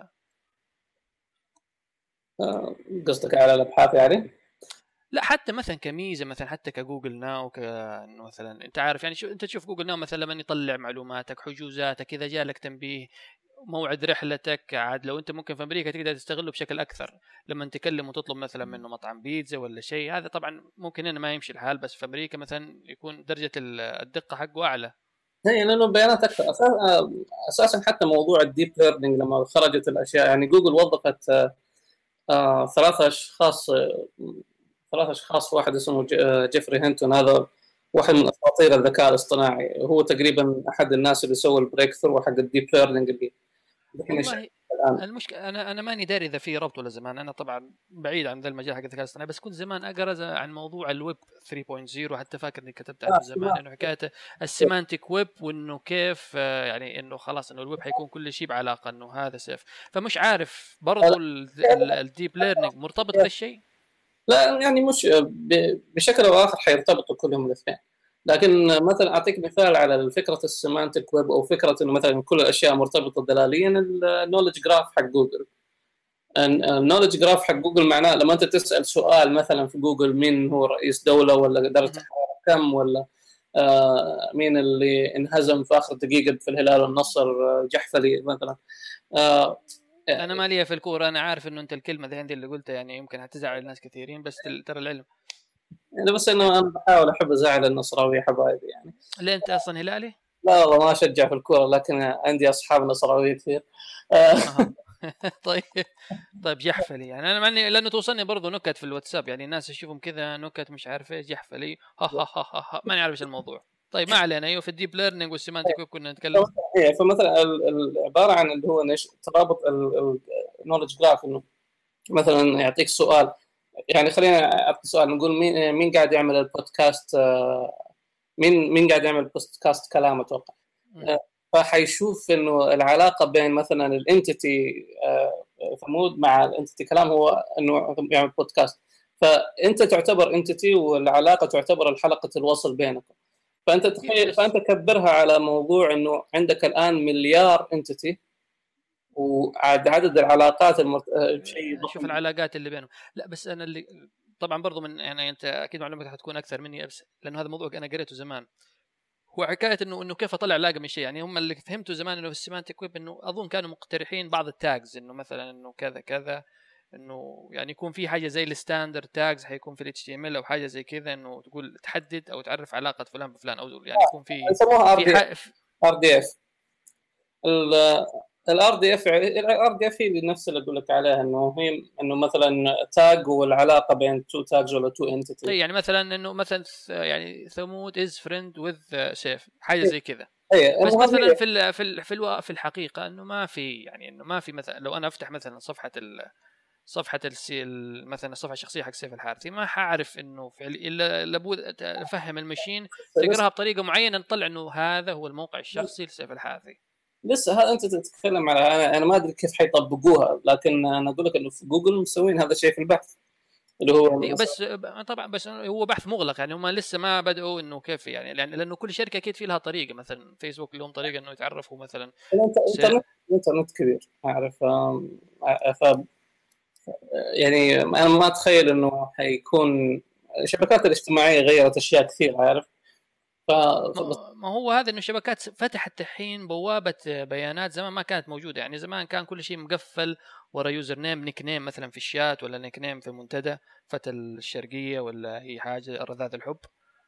قصدك على الابحاث يعني؟ لا حتى مثلا كميزه، مثلا حتى كجوجل ناو، مثلا انت عارف يعني انت تشوف جوجل ناو مثلا لما يطلع معلوماتك، حجوزاتك، اذا جالك تنبيه، موعد رحلتك، عاد لو انت ممكن في امريكا تقدر تستغله بشكل اكثر لما تكلم وتطلب مثلا منه مطعم بيتزا ولا شيء. هذا طبعا ممكن هنا ما يمشي الحال، بس في امريكا مثلا يكون درجه الدقه حقه اعلى. هي لانه البيانات اكثر. اساسا حتى موضوع الديب ليرنينج لما خرجت الاشياء، يعني جوجل وظفت 3 اشخاص، 3 اشخاص، واحد اسمه جيفري هينتون، هذا واحد من اساطير الذكاء الاصطناعي، هو تقريبا احد الناس اللي سووا البريك ثرو حق الديب ليرنينج اللي والله المشكله انا ماني داري اذا في ربط ولا زمان، انا طبعا بعيد عن ذا المجال حق الذكاء الاصطناعي، بس كنت زمان اقرا عن موضوع الويب 3.0، حتى فاكر اني كتبت عنه زمان، انه حكايه السيمانتيك ويب، وانه كيف يعني انه خلاص انه الويب حيكون كل شيء بعلاقه انه هذا سيف. فمش عارف برضو الديب ليرنينج مرتبط بالشيء. لا يعني مش بشكل او اخر حيرتبطوا كلهم الاثنين، لكن مثلا اعطيك مثال على فكره السيمانتيك ويب، او فكره انه مثلا كل الاشياء مرتبطه دلاليا. النولج جراف حق جوجل، النولج جراف حق جوجل معناه لما انت تسال سؤال مثلا في جوجل، مين هو رئيس دوله، ولا درجه الحراره كم، ولا مين اللي انهزم في اخر دقيقه في الهلال والنصر، جحفلي مثلا. انا ماليه في الكوره، انا عارف انه انت الكلمه ذي عندي اللي قلتها يعني يمكن هتزعل ناس كثيرين، بس ترى العلم يعني بس انه انا بحاول احب ازعل النصراويه حبايبي يعني. اللي انت اصلا هلالي؟ لا والله ما اشجع في الكوره، لكن عندي اصحاب نصراويه كثير. اها. طيب. طيب جحفلي يعني انا معني لانه توصلني برضو نكت في الواتساب، يعني الناس اشوفهم كذا نكت مش عارف ايش جحفلي ها ها ها ها ها، ماني عارف ايش الموضوع. طيب ما علينا. ايوه في الديب ليرنينج والسيمانتيك ويب كنا نتكلم. هي فمثلا عباره عن اللي هو ترابط النولج جراف، انه مثلا يعطيك سؤال. يعني خلينا اعطي سؤال، نقول مين قاعد يعمل البودكاست، مين قاعد يعمل بودكاست كلام اتوقع. فحيشوف انه العلاقه بين مثلا الانتيتي ثمود مع الانتيتي كلام هو انه يعمل بودكاست. فانت تعتبر انتيتي والعلاقه تعتبر الحلقه الوصل بينكم. فانت تخيل، فانت كبرها على موضوع انه عندك الان مليار انتيتي، وعدد العلاقات شيء ضخم. شوف العلاقات اللي بينهم. لا بس انا اللي طبعا برضو من يعني انت اكيد معلوماتك حتكون اكثر مني، بس لانه هذا موضوع انا قريته زمان. هو حكايه انه كيف اطلع علاقه من شيء. يعني هم اللي فهمته زمان انه في السيمانتيك ويب انه اظن كانوا مقترحين بعض التاجز، انه مثلا انه كذا كذا، انه يعني يكون في حاجه زي الستاندرد تاجز حيكون في الاتش تي ام ال او حاجه زي كذا، انه تقول تحدد او تعرف علاقه فلان بفلان، او يعني يكون في يسموها في ار دي اف. الار دي اف هي نفس اللي اقول لك عليها، انه هي انه مثلا تاج والعلاقه بين تو تاجز ولا تو انتيتي. يعني مثلا انه مثلا يعني ثمود از فريند وذ سيف، حاجه زي كذا. بس مثلا في الحقيقه انه ما في، يعني انه ما في مثلا لو انا افتح مثلا صفحه مثلا الصفحه الشخصيه حق سيف الحارثي، ما حاعرف انه الا لابد افهم المشين تقراها بطريقه معينه نطلع انه هذا هو الموقع الشخصي لسيف الحارثي. لسه هذا انت تتكلم على، انا ما ادري كيف حيطبقوها، لكن انا اقول لك انه في جوجل مسوين هذا الشيء في البحث اللي هو بس طبعا بس هو بحث مغلق، يعني هم لسه ما بدأوا انه كيف يعني لانه كل شركه اكيد في لها طريقه. مثلا فيسبوك لهم طريقه انه يتعرفوا مثلا الانترنت كبير اعرف. يعني انا ما اتخيل انه حيكون الشبكات الاجتماعيه غيرت اشياء كثير عارف. ما هو هذا انه الشبكات فتحت الحين بوابه بيانات زمان ما كانت موجوده. يعني زمان كان كل شيء مقفل ورا يوزر نيم نيك نيم مثلا في الشات، ولا نيك نيم في المنتدى فتى الشرقيه ولا اي حاجه رذاذ الحب،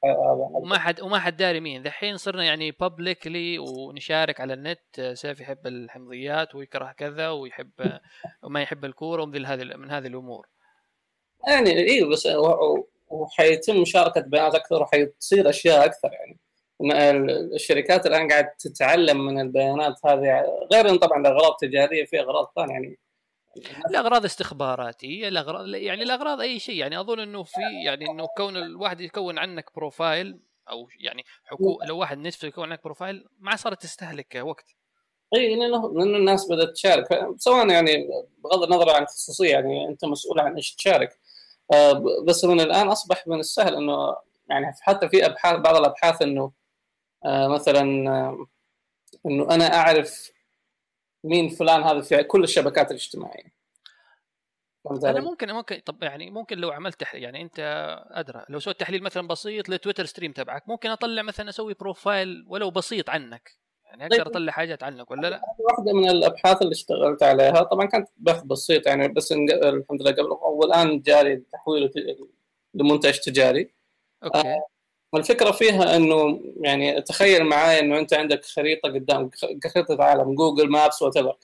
وما حد داري مين. دحين صرنا يعني بابليكلي ونشارك على النت. سيف يحب الحمضيات ويكره كذا ويحب وما يحب الكوره ومثل من هذه الامور. يعني ايوه بس وحيتم مشاركه بيانات اكثر وحيصير اشياء اكثر. يعني الشركات الان قاعد تتعلم من البيانات هذه، غير ان طبعا الاغراض تجاريه، في اغراض ثانيه يعني الاغراض استخباراتيه، الاغراض يعني الاغراض اي شيء. يعني اظن انه في يعني انه كون الواحد يكون عنك بروفايل او يعني حقوق، لو واحد نفسه يكون عنك بروفايل ما صارت تستهلك وقت. اي لانه الناس بدات تشارك سواء يعني بغض النظر عن الخصوصيه، يعني انت مسؤول عن ايش تشارك. بس من الان اصبح من السهل انه يعني حتى في ابحاث، بعض الابحاث انه مثلا انه انا اعرف مين فلان هذا في كل الشبكات الاجتماعيه. انا ممكن طب يعني ممكن لو عملت يعني انت ادرى لو سويت تحليل مثلا بسيط للتويتر ستريم تبعك، ممكن اطلع مثلا اسوي بروفايل ولو بسيط عنك، يعني اقدر اطلع حاجات عنك ولا لا؟ واحده من الابحاث اللي اشتغلت عليها طبعا كانت بحث بسيط يعني، بس الحمد لله قبل والان جاري تحويله لمنتج تجاري. اوكي. الفكره فيها انه يعني تخيل معايا انه انت عندك خريطه قدامك، خريطه عالم جوجل مابس وتبر،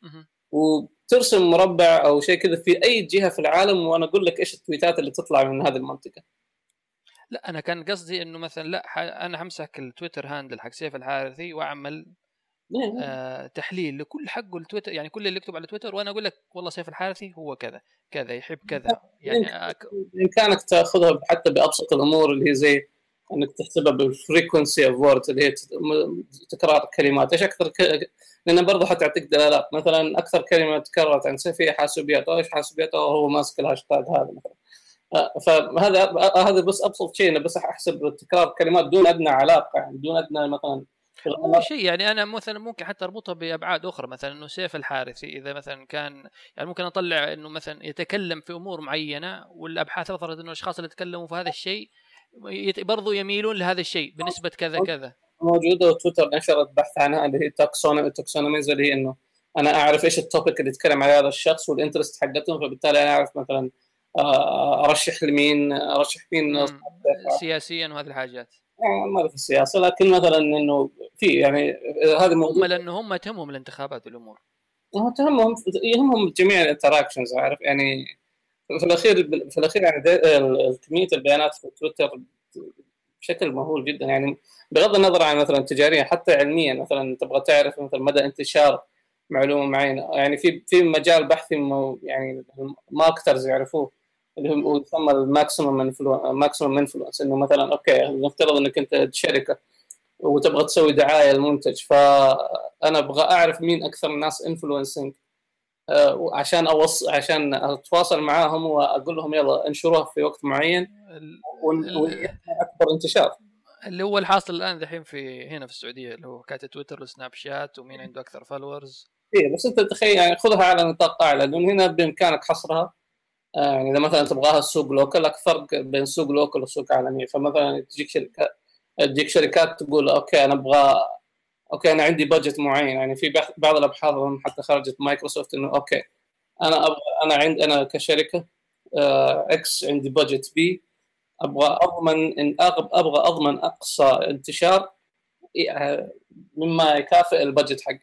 وترسم مربع او شيء كذا في اي جهه في العالم، وانا اقول لك ايش التويتات اللي تطلع من هذه المنطقه. لا انا كان قصدي انه مثلا لا انا همسك التويتر هاندل حق سيف الحارثي واعمل تحليل لكل حقه التويتر، يعني كل اللي يكتب على تويتر، وانا اقول لك والله سيف الحارثي هو كذا كذا يحب كذا. يعني بامكانك تاخذها حتى بابسط الامور اللي هي زي انك تحسبها بالفريكونسي اوف وورد اللي هي تكرار كلمات ايش اكثر لان برضه حتعطيك دلالات. مثلا اكثر كلمه تكررت عن سيف هي حاسوبيات، او ايش حاسوبيات، او هو ماسك الهاشتاج هذا مثلا. فهذا بس ابسط شيء، انا بس احسب تكرار كلمات دون ادنى علاقه، يعني دون ادنى مثلا هو شيء. يعني انا مثلا ممكن حتى اربطها بابعاد اخرى، مثلا انه سيف الحارثي اذا مثلا كان يعني ممكن اطلع انه مثلا يتكلم في امور معينه، والابحاث اظهرت انه الاشخاص اللي يتكلموا في هذا الشيء برضو يميلون لهذا الشيء بنسبه كذا كذا. موجوده، وتويتر نشرت بحث عنها اللي هي تاكسونوميز، اللي هي انه انا اعرف ايش التوبيك اللي يتكلم عليه هذا الشخص والانترست حقتهم، فبالتالي انا اعرف مثلا ارشح لمين، ارشح مين سياسيا وهذه الحاجات. ما في السياسه، لكن مثلا انه في يعني هذا موضوع، لانه هم تهمهم الانتخابات والامور، هو تهمهم يهمهم جميع الانتراكشنز، عارف يعني. في الاخير يعني كميه البيانات في تويتر بشكل مهول جدا، يعني بغض النظر عن مثلا تجاريا حتى علميا. مثلا تبغى تعرف مثلا مدى انتشار معلومه معينه، يعني في مجال بحثي يعني ماركترز يعرفوه، اللي هو يسمى الماكسيمم انفلونس. انه مثلا اوكي نفترض انك انت شركه وتبغى تسوي دعايه للمنتج، فانا ابغى اعرف مين اكثر الناس انفلونسنج، عشان اتواصل معاهم واقول لهم يلا انشروها في وقت معين اكبر انتشار. اللي هو الحاصل الان دحين في هنا في السعوديه، اللي هو كانت تويتر وسناب شات ومين عنده اكثر فولورز. ايه بس انت تخيل يعني خذها على نطاق اعلى، لان هنا بامكانك حصرها. يعني اذا مثلا تبغاها السوق لوكال، لك فرق بين سوق لوكال وسوق عالمي. فمثلا تجيك شركات تقول اوكي انا ابغى، اوكي انا عندي بادجت معين. يعني في بعض الابحاث حتى خرجت مايكروسوفت انه اوكي انا كشركه اكس عندي بادجت بي، ابغى اضمن اقصى انتشار مما يكافئ البادجت حقي.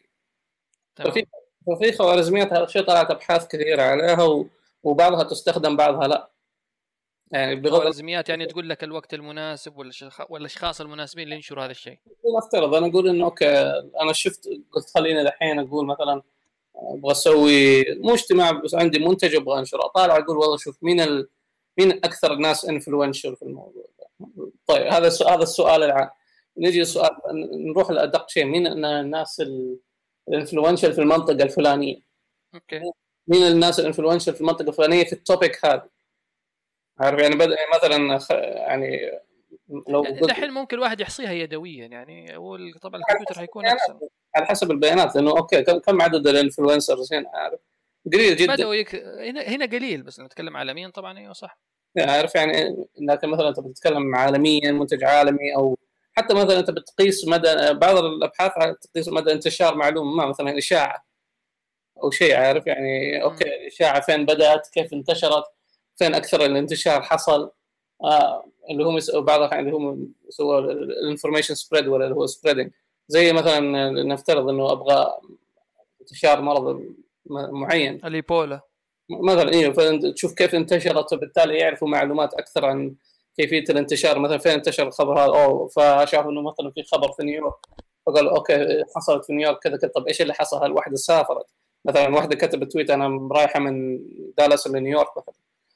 ففي خوارزميات هذا الشيء طلعت ابحاث كثيره عليها، وبعضها تستخدم بعضها لا. يعني خوارزميات يعني تقول لك الوقت المناسب ولا الاشخاص المناسبين اللي ينشروا هذا الشيء. نفترض انا اقول انه اوكي انا قلت خليني الحين اقول مثلا ابغى اسوي مو اجتماع بس عندي منتج ابغى انشره، اطالع اقول والله شوف مين اكثر الناس انفلونشر في الموضوع ده. طيب هذا السؤال العام. نجي السؤال نروح لادق شيء، مين الناس الانفلونشر في المنطقه الفلانيه؟ اوكي مين الناس الانفلونشر في المنطقه الفلانيه في التوبيك هذا؟ عارف يعني مثلا يعني لو الحين ممكن الواحد يحصيها يدويا، يعني طبعا الكمبيوتر حيكون احسن على حسب البيانات، لانه اوكي كم عدد الانفلونسرز هنا؟ عارف قليل جدا. هنا قليل، بس نتكلم عالميا طبعا ايوه صح. عارف يعني انك مثلا انت بتتكلم عالميا منتج عالمي، او حتى مثلا انت بتقيس مدى، بعض الابحاث تقيس مدى انتشار معلومه ما، مثلا اشاعه او شيء، عارف يعني اوكي الاشاعه فين بدات، كيف انتشرت، فين اكثر الانتشار حصل. اللي هم بعض اللي هم يسووا الانفورميشن سبريد ولا اللي هو سبريدنج. زي مثلا نفترض انه ابغى انتشار مرض معين الإيبولا مثلا، ايوه فتشوف كيف انتشرت، وبالتالي يعرفوا معلومات اكثر عن كيفيه الانتشار. مثلا فين انتشر الخبر هذا، فشافوا انه مثلا في خبر في نيويورك، فقالوا اوكي حصلت في نيويورك كذا كذا. طب ايش اللي حصل؟ الواحده سافرت مثلا، واحده كتبت تويت انا رايحه من دالاس لنيويورك مثلا.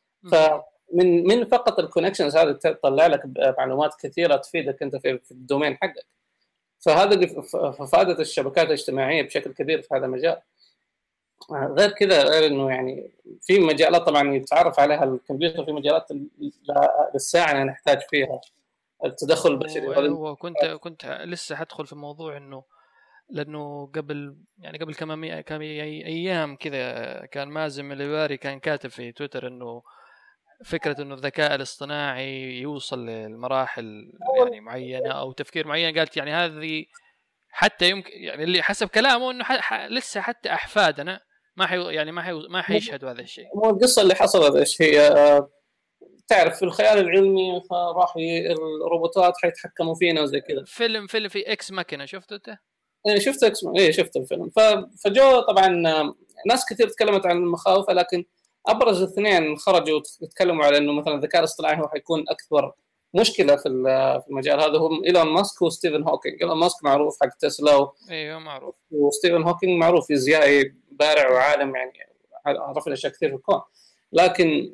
فمن فقط الكونكشنز هذه تطلع لك معلومات كثيره تفيدك انت في الدومين حقك. فهذا اللي فائده الشبكات الاجتماعيه بشكل كبير في هذا المجال. غير كذا، غير انه يعني في مجالات طبعا يتعرف عليها الكمبيوتر، في مجالات للساعه نحتاج فيها التدخل البشري. كنت لسه حدخل في موضوع انه لانه قبل كم ايام كذا كان مازن اليواري كان كاتب في تويتر انه فكره انه الذكاء الاصطناعي يوصل لمراحل يعني معينه او تفكير معين. قالت يعني هذه حتى يمكن يعني اللي حسب كلامه انه لسه حتى احفادنا ما حيشهدوا هذا الشيء. مو القصه اللي حصلت ايش هي؟ تعرف في الخيال العلمي راح الروبوتات حيتحكموا فينا وزي كذا. فيلم في اكس ماكينه شفته انت؟ شفت اكس، شفت الفيلم. فجو طبعا ناس كثير تكلمت عن المخاوف، لكن ابرز اثنين خرجوا يتكلموا على انه مثلا الذكاء الاصطناعي هو حيكون اكبر مشكله في المجال هذا، هم ايلون ماسك وستيفن هوكينج. ايلون ماسك معروف حق تسلا، ايوه معروف، وستيفن هوكينج معروف فيزيائي بارع وعالم، يعني عرف اشياء كثير في الكون. لكن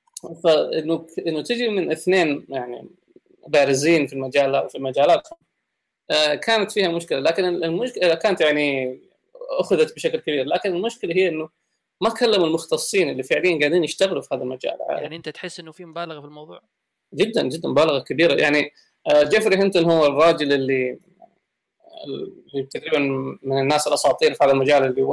انه تجي من اثنين يعني بارزين في المجالات كانت فيها مشكله. لكن المشكله كانت يعني اخذت بشكل كبير، لكن المشكله هي انه ما كلموا المختصين اللي فعليا قاعدين يشتغلوا في هذا المجال. يعني انت تحس انه في مبالغه في الموضوع؟ جدا جدا مبالغه كبيره. يعني جيفري هينتون هو الراجل اللي تقريبا من الناس الاساطير في هذا المجال، اللي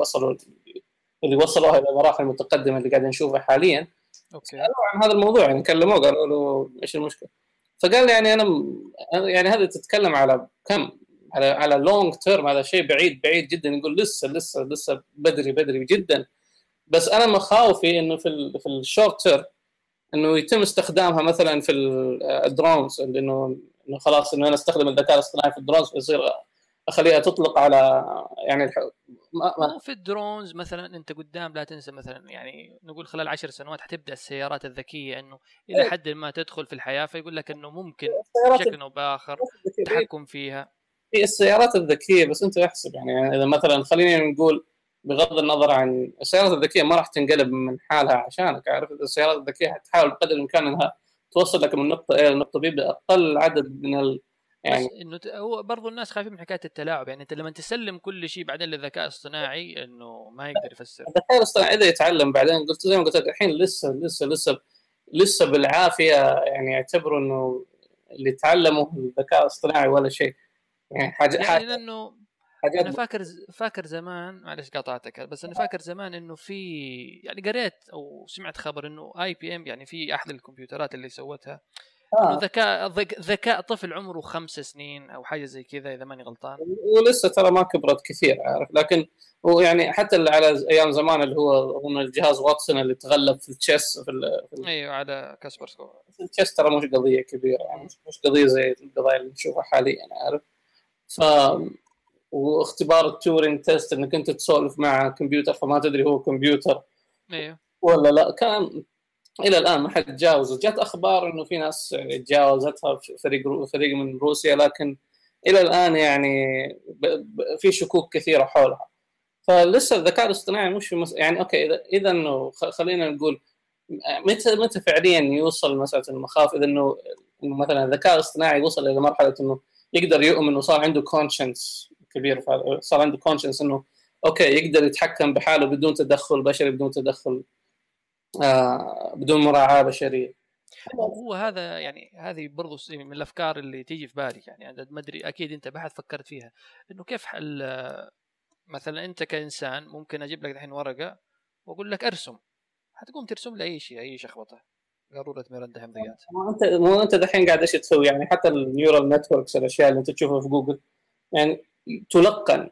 وصلوها الى المراحل المتقدمه اللي قاعدين نشوفها حاليا. اوكي عن هذا الموضوع يعني كلموه قالوا له ايش المشكله، فقال يعني يعني هذا تتكلم على كم، على لونج تيرم، هذا شيء بعيد جدا. يقول لسه بدري جدا. بس انا مخاوفي انه في الشورت تيرم انه يتم استخدامها مثلا في الدرونز، انه خلاص انه انا استخدم الذكاء الاصطناعي في الدرونز فيصير اخليها تطلق على يعني مو في الدرونز مثلا. انت قدام لا تنسى مثلا يعني نقول خلال 10 سنوات حتبدا السيارات الذكيه انه الى حد ما تدخل في الحياه، فيقول لك انه ممكن بشكل او باخر تحكم فيها في السيارات الذكيه. بس انت احسب يعني اذا مثلا خلينا نقول بغض النظر عن السيارات الذكيه ما راح تنقلب من حالها عشانك، عارف؟ السيارات الذكيه حتحاول بقدر الامكان انها توصل لك من نقطه A لنقطه B باقل عدد من يعني بس انه هو برضو الناس خايفين من حكايه التلاعب. يعني انت لما تسلم كل شيء بعدين للذكاء الاصطناعي انه ما يقدر يفسر. الذكاء الاصطناعي اذا يتعلم بعدين، قلت زي ما قلت لك الحين لسه بالعافيه يعني يعتبروا انه اللي تعلموا الذكاء الاصطناعي ولا شيء. يعني يعني لانه حاجات انا فاكر زمان، معلش قاطعتك، بس انا فاكر زمان انه في يعني قريت او سمعت خبر انه IBM يعني في احد الكمبيوترات اللي سوتها انه ذكاء طفل عمره 5 سنين او حاجه زي كذا اذا ماني غلطان. ولسه ترى ما كبرت كثير، عارف؟ لكن ويعني حتى اللي على ايام زمان اللي هو الجهاز واتسون اللي تغلب في التشيس ايوه على كاسبرسكو. التشيس ترى مش قضيه كبيره، يعني مش قضيه زي القضايا اللي نشوفها حاليا، عارف؟ ف واختبار التورينج تيست انك انت تسولف مع كمبيوتر فما تدري هو كمبيوتر ايوه ولا لا، كان الى الان ما حد تجاوزه. جت اخبار انه في ناس تجاوزتها في فريق من روسيا، لكن الى الان يعني في شكوك كثيره حولها. فلسه الذكاء الاصطناعي مش يعني اوكي اذا انه خلينا نقول متى فعليا يوصل مساله المخاوف؟ اذا انه مثلا الذكاء الاصطناعي وصل الى مرحله انه يقدر يؤمن وصار عنده كونشنس كبير، صار عنده كونشنس انه اوكي يقدر يتحكم بحاله بدون تدخل بشري، بدون تدخل بدون مراعاه بشريه. هو هذا يعني هذه برضو من الافكار اللي تيجي في بالي. يعني ما ادري اكيد انت بعد فكرت فيها انه كيف مثلا انت كانسان ممكن اجيب لك الحين ورقه واقول لك ارسم، حتقوم ترسم لي اي شيء، اي شخبطه، قاروره ميرندا همذيات. مو انت دحين قاعد ايش تسوي؟ يعني حتى النيورال نتوركس الاشياء اللي انت تشوفها في جوجل يعني تلقن.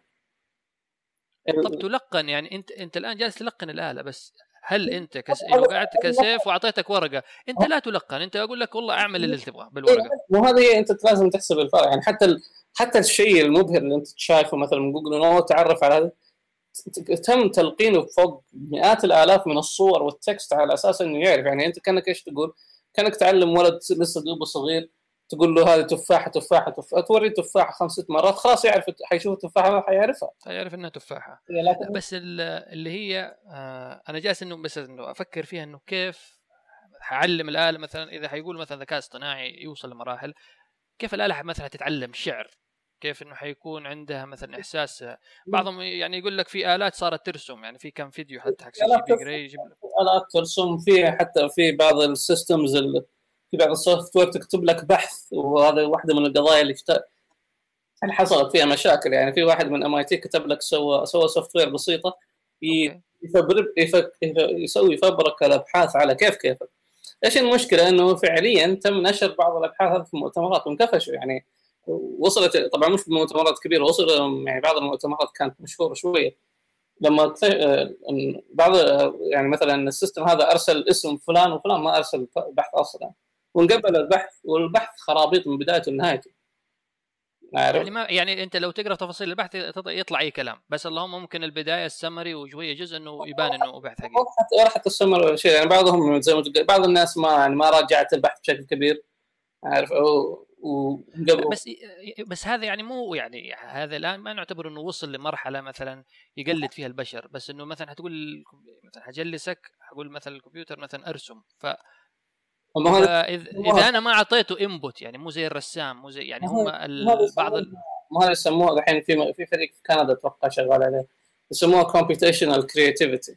طب تلقن يعني انت الان جالس تلقن الاله، بس هل انت لو قعدت كسيف واعطيتك ورقه انت لا تلقن، انت اقول لك والله اعمل اللي تبغاه بالورقه. مو هذه انت لازم تحسب الفرق. يعني حتى الشيء المبهر اللي انت شايفه مثلا من جوجل انه تعرف على هذا تم تلقينه فوق مئات الالاف من الصور والتكست على اساس انه يعرف. يعني انت كانك ايش تقول؟ كانك تعلم ولد لسه دوبه صغير تقول له هذه تفاحه تفاحه تفاحه، توري تفاحه 5 مرات خلاص يعرف، حيشوف التفاحه ما حيعرفها، حيعرف انها تفاحه. لكن بس اللي هي انا جالس انه بس انه افكر فيها انه كيف حعلم الاله مثلا اذا حيقول مثلا ذكاء اصطناعي يوصل لمراحل، كيف الاله مثلا تتعلم شعر، كيف انه حيكون عندها مثلا احساس. بعضهم يعني يقول لك في الات صارت ترسم، يعني في كم فيديو حتى حق CGP جراي يجيب لك الات ترسم فيها، حتى في بعض السيستمز في بعض السوفت وير تكتب لك بحث، وهذا واحده من القضايا اللي حصلت فيها مشاكل. يعني في واحد من MIT كتب لك سوى سوفت وير بسيطه يسوي فبركه الابحاث على كيف ايش المشكله؟ انه فعليا تم نشر بعض الابحاث هذه في المؤتمرات وانكفشوا. يعني وصلت طبعا مش في مؤتمرات كبيره، وصل يعني بعض المؤتمرات كانت مشهوره شويه لما بعض يعني مثلا السيستم هذا ارسل اسم فلان وفلان ما ارسل بحث اصلا، وانقبل البحث، والبحث خرابيط من بدايته لنهايته. يعني ما يعني انت لو تقرا تفاصيل البحث يطلع اي كلام، بس اللهم ممكن البدايه السمري وشويه جزء انه يبان انه بحث حقيقي. ولا حتى السمر ولا شيء. يعني بعضهم زي ما تقول بعض الناس ما راجعت البحث بشكل كبير، عارف؟ بس هذا يعني مو يعني هذا الان ما نعتبر انه وصل لمرحله مثلا يقلد فيها البشر، بس انه مثلا حتقول مثلا حجلسك حقول مثلا الكمبيوتر مثلا ارسم، اذا انا ما اعطيته انبوت يعني مو زي الرسام، مو زي يعني هم بعض ما هذا يسموه الحين في فريق في كندا اتوقع شغال عليه، يسموه computational creativity.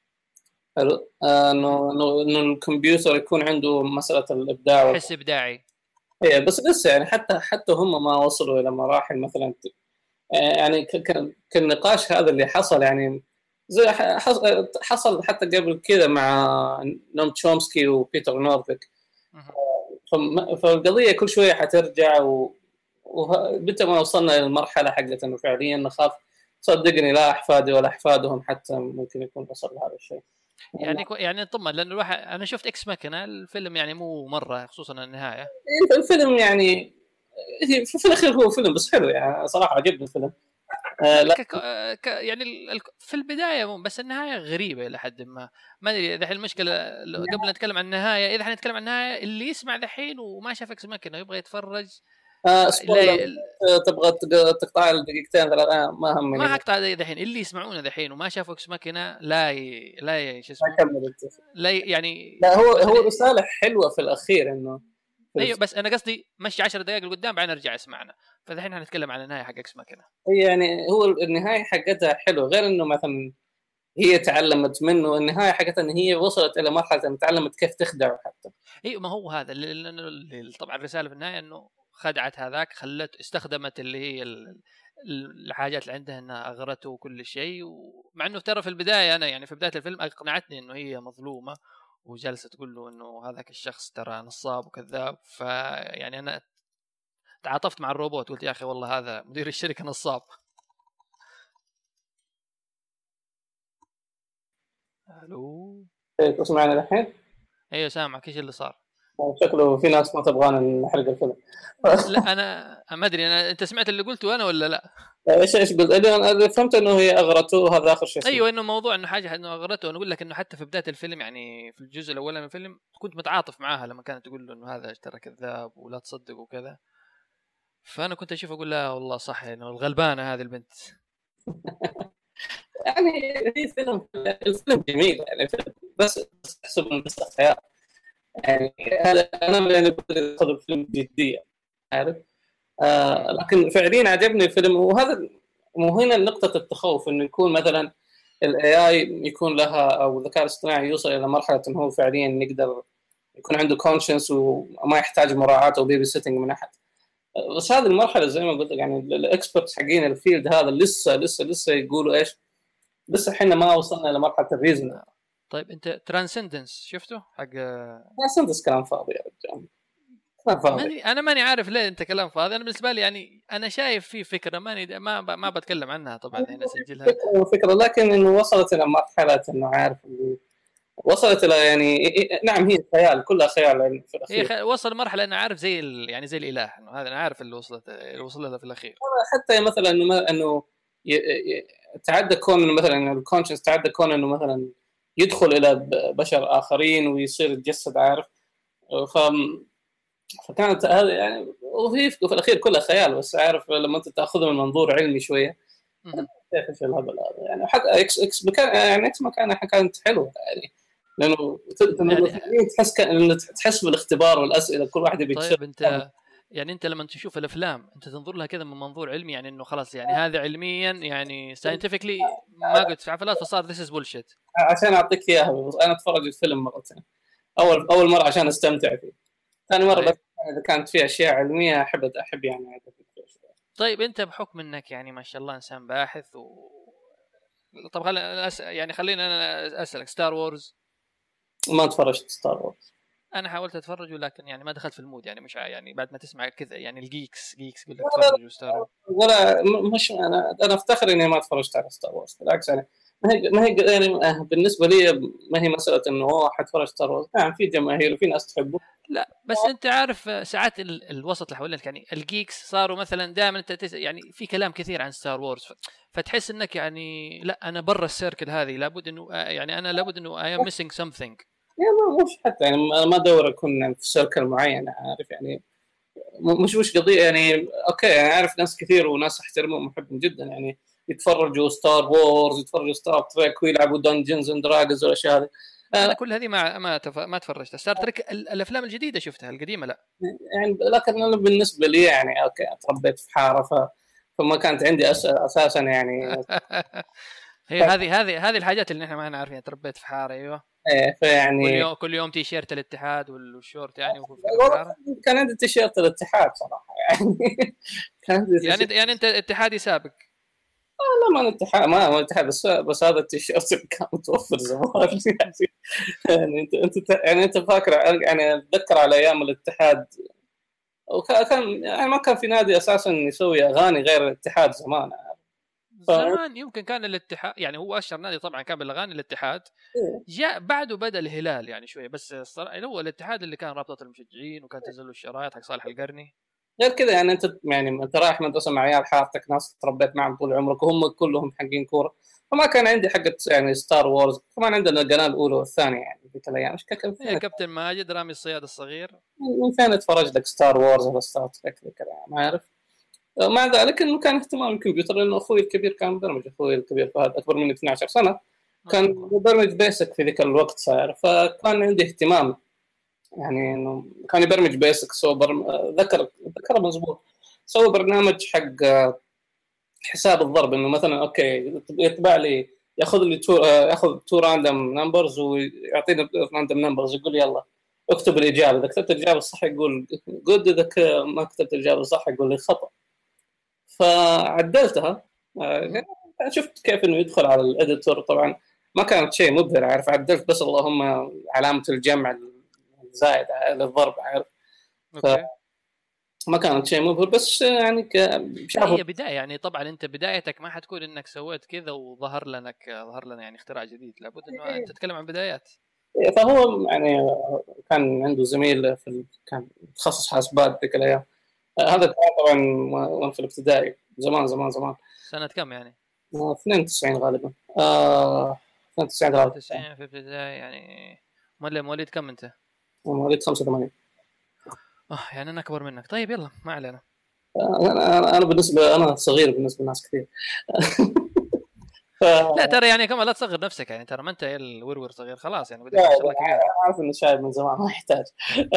انه الكمبيوتر يكون عنده مساله الابداع حس ابداعي. هي بس لسه يعني حتى هم ما وصلوا الى مراحل مثلا يعني كالنقاش هذا اللي حصل. يعني زي حصل حتى قبل كذا مع نوم تشومسكي وبيتر نورفيك. فالقضيه كل شويه حترجع ومتى ما وصلنا للمرحله حقت انه فعليا نخاف، صدقني لا احفادي ولا احفادهم حتى ممكن يكون وصل لهذا الشيء. يعني طبعا لأن الواحد أنا شفت إكس ماكينة الفيلم يعني مو مرة خصوصا النهاية. الفيلم يعني في الاخير هو فيلم بس حلو يعني صراحه عجبني الفيلم. لا لا يعني في البدايه بس النهايه غريبه الى حد ما ادري الحين المشكله. قبل نتكلم عن النهايه، اذا حنتكلم عن النهايه اللي يسمع الحين وما شاف اكس ماكينه يبغى يتفرج سبويلر، تبغى تقطع الدقيقتين ثلاثة ما همني. ما حقطع الحين اللي يسمعونا الحين وما شافوا اكس ماكينه شو ما اسمه كمل انت. لا يعني لا هو مثلا. هو رسالة حلوة في الأخير إنه ايوه بس انا قصدي مشي 10 دقائق لقدام بعدين نرجع اسمعنا. فالحين حنتكلم عن النهايه حق اكس ماكينه. يعني هو النهاية حقتها حلوة، غير إنه مثلا هي تعلمت منه. النهاية حقتها إن هي وصلت إلى مرحلة إن تعلمت كيف تخدعه حتى. اي ما هو هذا طبعا الرساله في النهايه انه خدعت هذاك، خلت استخدمت اللي هي الحاجات اللي عندها انها اغرته وكل شيء. ومع انه ترى في البدايه انا يعني في بدايه الفيلم اقنعتني انه هي مظلومه وجالسه تقول له انه هذاك الشخص ترى نصاب وكذاب. فيعني انا تعاطفت مع الروبوت، قلت يا اخي والله هذا مدير الشركه نصاب. الو تسمعني الحين؟ ايوه سامعك. ايش اللي صار؟ شكله في ناس ما تبغانا نحرق الفيلم. لا انا ما ادري، انت سمعت اللي قلته انا ولا لا؟ ايش قلت؟ انا فهمت انه هي اغرته، هذا اخر شيء. ايوه انه موضوع انه حاجه انه اغرته. انا اقول لك انه حتى في بدايه الفيلم يعني في الجزء الاول من الفيلم كنت متعاطف معاها لما كانت تقول له انه هذا ترى كذاب ولا تصدق وكذا. فانا كنت اشوف اقول لا والله صح انه الغلبانه هذه البنت. يعني هي الفيلم جميل يعني فيلم بس احسب انه بس خيال. يعني هذا انا يعني اخذ الفيلم بجديه، عارف. لكن فعليا عجبني الفيلم. وهذا مو هنا نقطه التخوف انه يكون مثلا الاي اي يكون لها او الذكاء الاصطناعي يوصل الى مرحله انه هو فعليا يقدر يكون عنده كونشنس وما يحتاج مراعاه او بيبي سيتنج من احد. بس هذه المرحله زي ما قلت لك يعني الاكسبرتس حقين الفيلد هذا لسه يقولوا ايش، لسه احنا ما وصلنا لمرحله الريزن. طيب انت ترانسندنس شفته حق؟ ترانسندنس كلام فاضي يا رجال، كلام فاضي. انا ماني عارف ليه انت كلام فاضي. انا بالنسبه لي يعني انا شايف في فكره ما بتكلم عنها طبعا هنا اسجلها. فكره لكن انه وصلت الى مرحله انه عارف اللي وصلت الى يعني نعم هي خيال، كلها خيال في الاخير. هي وصل مرحله انا عارف زي يعني زي الاله انه هذا انا عارف اللي وصل له في الاخير. حتى مثلا انه تعدى كون انه مثلا الكونشنس تعدى كون انه مثلا يدخل الى بشر اخرين ويصير يتجسد، عارف. ف فكانت هذا يعني وهي في الاخير كلها خيال، بس عارف لما انت تاخذه من منظور علمي شويه ايش الهبل هذا يعني. حتى اكس مكان يعني اكس مكان كانت حلوه يعني، لانه يعني تحس بالاختبار والاسئله كل واحد يبي. طيب انت يعني انت لما تشوف الافلام انت تنظر لها كذا من منظور علمي يعني انه خلاص يعني هذا علميا يعني ساينتفكلي ما قلت فعلا فصار ذس از بولشيت. عشان اعطيك اياها انا اتفرج الفيلم مرتين. اول مره عشان استمتع فيه، ثاني مره بس اذا كانت في اشياء علميه احب يعني. طيب انت بحكم انك يعني ما شاء الله انسان باحث طب يعني خلينا انا اسالك ستار وورز. ما تفرجت ستار وورز. انا حاولت اتفرج ولكن يعني ما دخلت في المود يعني مش يعني بعد ما تسمع كذا يعني الجيكس يقول لك تفرجوا ستار وورز. ولا مش انا افتخر اني ما تفرجت على ستار وورز، بالعكس يعني ما هي يعني بالنسبه لي ما هي مساله انه حتفرج ستار وورز. نعم في جماهير وفي ناس تحبه، لا بس انت عارف ساعات الوسط اللي حوالينك يعني الجيكس صاروا مثلا دائما انت يعني في كلام كثير عن ستار وورز فتحس انك يعني لا انا برا السيركل هذه لابد انه يعني انا لابد انه I am missing something. يعني مش حتى يعني ما ادور اكون في سيركل معين، عارف يعني مش قضيه يعني. اوكي يعني اعرف ناس كثير وناس احترمهم ومحبهم جدا يعني يتفرجوا ستار وورز، يتفرجوا ستار تريك ويلعبوا دنجنز اند دراجونز والاشياء هذه. انا كل هذه ما تفرجت. ستار تريك الافلام الجديده شفتها، القديمه لا يعني. لكن انا بالنسبه لي يعني اوكي تربيت في حاره فما كانت عندي اساسا يعني. هي هذه الحاجات اللي نحن ما نعرفها. تربيت في حاره ايوه. ايه فيعني كل يوم تيشيرت الاتحاد والشورت يعني كان عندي تيشيرت الاتحاد صراحه يعني. كان يعني انت اتحادي سابق. لا ما الاتحاد ما الاتحاد بس هذا التيشيرت كان متوفر زمان يعني انت فاكر يعني اتذكر على ايام الاتحاد وكان يعني ما كان في نادي اساسا يسوي اغاني غير الاتحاد زمان. زمان يمكن كان الاتحاد، يعني هو اشهر نادي طبعا كان بالاغاني الاتحاد، جاء بعده بدا الهلال يعني شويه، بس الصراحه هو الاتحاد اللي كان رابطه المشجعين، وكان تنزل له الشرايط حق صالح القرني. غير كذا يعني انت رايح مدرسه مع عيال حارتك، ناس تربيت معهم طول عمرك وهم كلهم حقين كوره. فما كان عندي حقه يعني ستار وورز، كمان عندنا القناه الاولى والثانيه يعني ذيك الايام ايش كان هي كابتن ماجد، رامي الصياد الصغير. من فين اتفرج لك ستار وورز ولا ستار تريك ذيك الايام ما اعرف. مع ذلك انه كان اهتمام الكمبيوتر، لانه اخوي الكبير كان مبرمج، اخوي الكبير فهد اكبر مني 12 سنه، كان مبرمج بيسك في ذيك الوقت صاير، فكان عندي اهتمام يعني انه كان يبرمج بيسك. ذكر مضبوط، سوى برنامج حق حساب الضرب، انه مثلا اوكي يطبع لي، ياخذ لي ياخذ تو راندوم نمبرز ويعطيني راندوم نمبرز، يقول لي يلا اكتب الاجابه، اذا كتبت الاجابه الصح يقول جود، اذا ما كتبت الاجابه الصح يقول لي خطا. فعدلتها. شفت كيف انه يدخل على الاديتور، طبعا ما كانت شيء مبهر، عارف، عدلت بس اللهم علامه الجمع الزائد للضرب، عارف. اوكي. ما كانت شيء مبهر، بس يعني هي بدايه يعني، طبعا انت بدايتك ما حتكون انك سويت كذا وظهر لنا يعني اختراع جديد، لابد انه انت تتكلم عن بدايات. فهو يعني كان عنده زميل كان تخصص حاسبات ذيك الايام. هذا كان طبعا وانا في الابتدائي، زمان زمان زمان. سنه كم يعني؟ 92 غالبا. 92 غالبا. 92 في ابتدائي يعني. مواليد كم انت؟ مواليد 85. يعني انا اكبر منك. طيب يلا ما علينا. انا صغير بالنسبه لناس كثير. لا ترى يعني كمان لا تصغر نفسك يعني، ترى ما انت الورور صغير خلاص يعني، بدك لا شغله كبيره. عارف انه شايب من زمان ما يحتاج.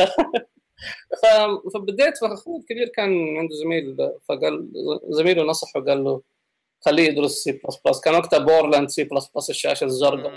فبديت، فاخوي الكبير كان عنده زميل، فقال زميله نصحه وقال له خليه يدرس سي بلس بلس، كان وقتها بورلاند سي بلس بلس الشاشه الزرقاء.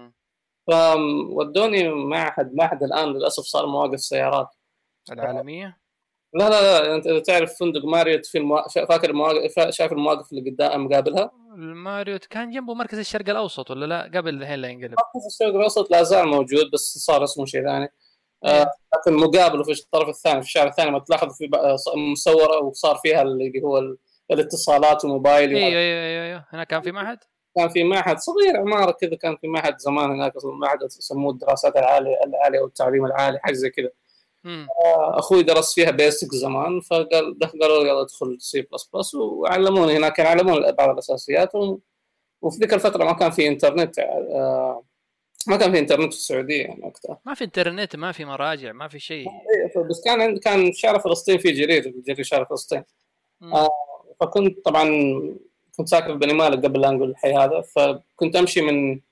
فودوني معهد الان للاسف صار مواقف سيارات العالميه. لا انت تعرف فندق ماريوت في فاكر المواقف، شايف المواقف اللي قدام مقابلها؟ الماريوت كان جنبه مركز الشرق الاوسط ولا لا؟ قبل الحين لا ينقلب. مركز الشرق الاوسط لا زال موجود بس صار اسمه شيء ثاني. لكن مقابله في الطرف الثاني في الشارع الثاني، ما تلاحظ في مصوره وصار فيها اللي هو الاتصالات وموبايل. ايوه هنا كان في معهد، كان في معهد صغير عماره كذا، كان في معهد زمان هناك اصلا، معهد يسموه الدراسات العاليه والتعليم العالي حاجه زي كذا. اخوي درس فيها بيسك زمان، قالوا يلا ادخل سي بلس بلس، وعلموني هناك، كان علموني بعض الاساسيات. وفي ذيك الفتره ما كان في انترنت، ما كان في انترنت في السعوديه يعني وقتها، ما في انترنت، ما في مراجع، ما في شيء. بس كان في شارع فلسطين في جرير شارع فلسطين. فكنت طبعا كنت ساكن في بني مالك قبل لا نقول الحي هذا، فكنت امشي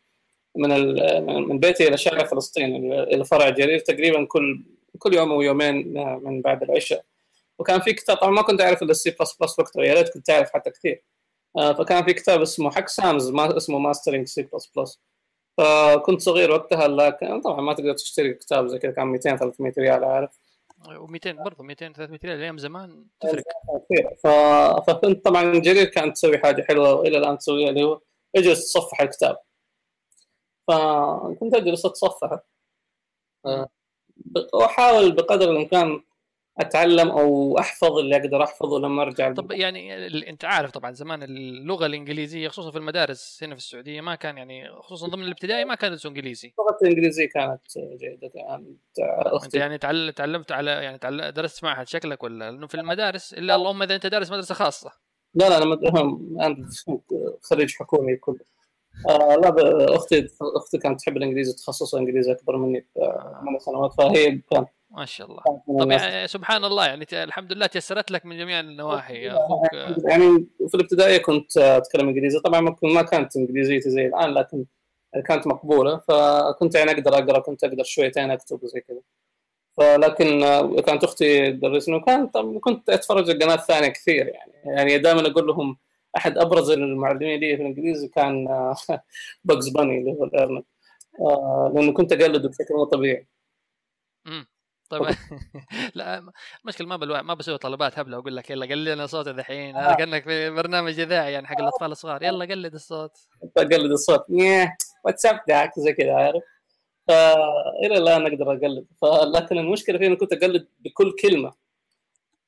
من بيتي الى شارع فلسطين الى فرع جرير تقريبا كل يوم او يومين من بعد العشاء. وكان في كتاب، طبعا ما كنت اعرف الا السي بلس بلس وقتها، يا ريت كنت اعرف حتى كثير. فكان في كتاب اسمه حق سامز، اسمه ماسترينج سي بلس بلس. فكنت صغير وقتها، لكن طبعا ما تقدر تشتري كتاب زي كذا، كان 200 300 ريال عارف. و200 برضه 200 300 ريال ايام زمان تفرق كثير. فكنت طبعا جرير كانت تسوي حاجه حلوه والى الان تسويها، اللي هو اجلس تصفح الكتاب. فكنت اجلس اتصفحه واحاول بقدر الامكان اتعلم او احفظ اللي اقدر احفظه لما ارجع. طب يعني انت عارف طبعا زمان اللغه الانجليزيه خصوصا في المدارس هنا في السعوديه ما كان يعني، خصوصا ضمن الابتدائي ما كان يدرسوا انجليزي. اللغه الانجليزيه كانت جيده يعني. انت يعني تعلمت على يعني درست معهد شكلك ولا؟ لانه في المدارس الا اللهم اذا انت دارس مدرسه خاصه. لا انا خريج حكومي كله. لا اختي كانت تحب الانجليزي، تخصصها انجليزي اكبر مني ب8 سنوات، فهي كانت ما شاء الله. طبعا سبحان الله يعني الحمد لله تيسرت لك من جميع النواحي يا اخوك. يعني في الابتدائيه كنت اتكلم انجليزي، طبعا ما كانت انجليزيتي زي الان، لكن كانت مقبوله، فكنت يعني اقدر اقرا، كنت اقدر شويتين اكتب زي كذا. فلكن كانت اختي تدرسني، كنت اتفرج القناه الثانيه كثير يعني دائما اقول لهم احد ابرز المعلمين لي في الانجليزي كان باكس باني اللي هو الارنب، لانه كنت اقلده بشكل مو طبيعي. طيب لا المشكله ما بسوي طلبات هبله واقول لك يلا قلد لنا صوت الحين، هذا كانك في برنامج اذاعي يعني حق الاطفال الصغار، يلا قلد الصوت. اقلد الصوت واتساب ذاك زي كذا عارف. فالى الان اقدر اقلد، لكن المشكله فيه اني كنت اقلد بكل كلمه،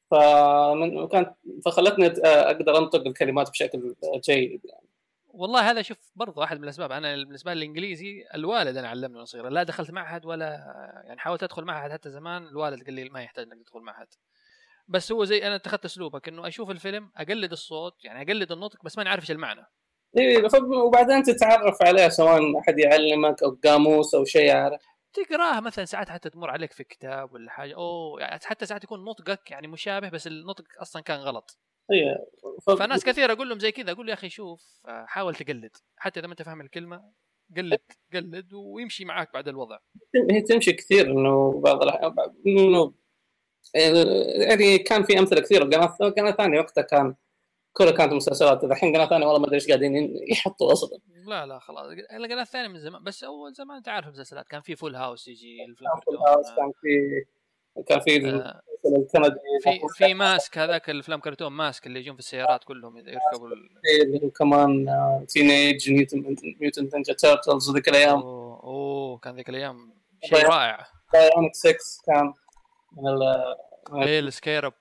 فخلتني اقدر انطق الكلمات بشكل جيد يعني. والله هذا شوف برضو احد من الاسباب. انا بالنسبه لي الانجليزي الوالد انا علمني وانا صغير، لا دخلت معهد ولا يعني حاولت ادخل معهد حتى زمان، الوالد قال لي ما يحتاج انك تدخل معهد. بس هو زي انا اتخذت اسلوبك انه اشوف الفيلم اقلد الصوت يعني اقلد النطق بس ما نعرف ايش المعنى. إيه، وبعدين تتعرف عليه سواء احد يعلمك او قاموس او شيء عارف تقراه مثلا ساعات حتى تمر عليك في كتاب ولا حاجه، او يعني حتى ساعات يكون نطقك يعني مشابه بس النطق اصلا كان غلط. إيه. فناس كثير اقول لهم زي كذا، اقول له يا اخي شوف حاول تقلد حتى اذا ما انت فاهم الكلمه، قلد ويمشي معاك بعد الوضع. هي تمشي كثير انه بعض انه يعني كان في امثله كثيره. قناه ثانيه وقتها كلها كانت مسلسلات، الحين قناه ثانيه والله ما ادري ايش قاعدين يحطوا اصلا. لا خلاص القناه الثانيه من زمان، بس اول زمان انت عارف المسلسلات كان في فول هاوس يجي الفيلم كان في كرتون. الهاوس، كان في المسلسل الكندي في ماسك، هذاك الافلام كرتون ماسك اللي يجون في السيارات كلهم يركبوا اللي هو كمان تينيج ميوتنت نينجا تيرتلز ذيك الايام. كان ذيك الايام شيء رائع. بايونيك 6 كان من ليل سكيرب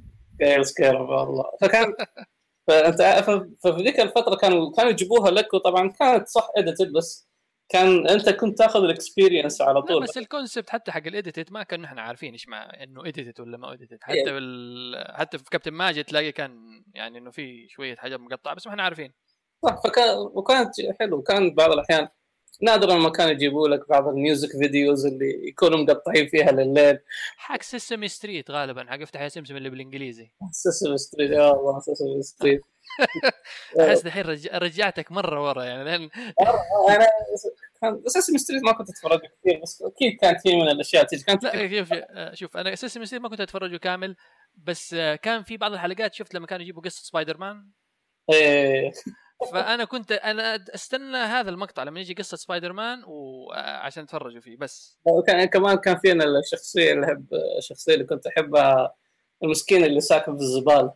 والله. فانت ففي ذيك الفتره كانوا يجيبوها لك، وطبعا كانت صح اديتد، بس انت كنت تاخذ الاكسبيرينس على طول. بس الكونسبت حتى حق الاديتد ما كنا احنا عارفين ايش مع انه اديتد ولا ما اديتد. حتى حتى في كابتن ماجد تلاقي كان يعني انه في شويه حاجات مقطعه بس ما احنا عارفين. صح. وكانت حلو. كان بعض الاحيان نادرا ما كانوا يجيبوا لك بعض الميوزك فيديوز اللي يكونوا مقطعين فيها لليل. حق سيسمي ستريت غالبا، حق افتح يا سمسم اللي بالانجليزي. سيسمي ستريت، يا الله سيسمي ستريت. احس الحين رجعتك مره ورا يعني لان انا سيسمي ستريت ما كنت اتفرج كثير، بس اكيد كانت هي من الاشياء تيجي كانت. لا شوف انا سيسمي ستريت ما كنت اتفرجه كامل، بس كان في بعض الحلقات شفت لما كانوا يجيبوا قصه سبايدر مان. ايه فانا انا استنى هذا المقطع لما يجي قصه سبايدر مان وعشان اتفرجوا فيه بس. كمان كان فينا الشخصيه اللي كنت احبها، المسكين اللي ساكن في الزباله.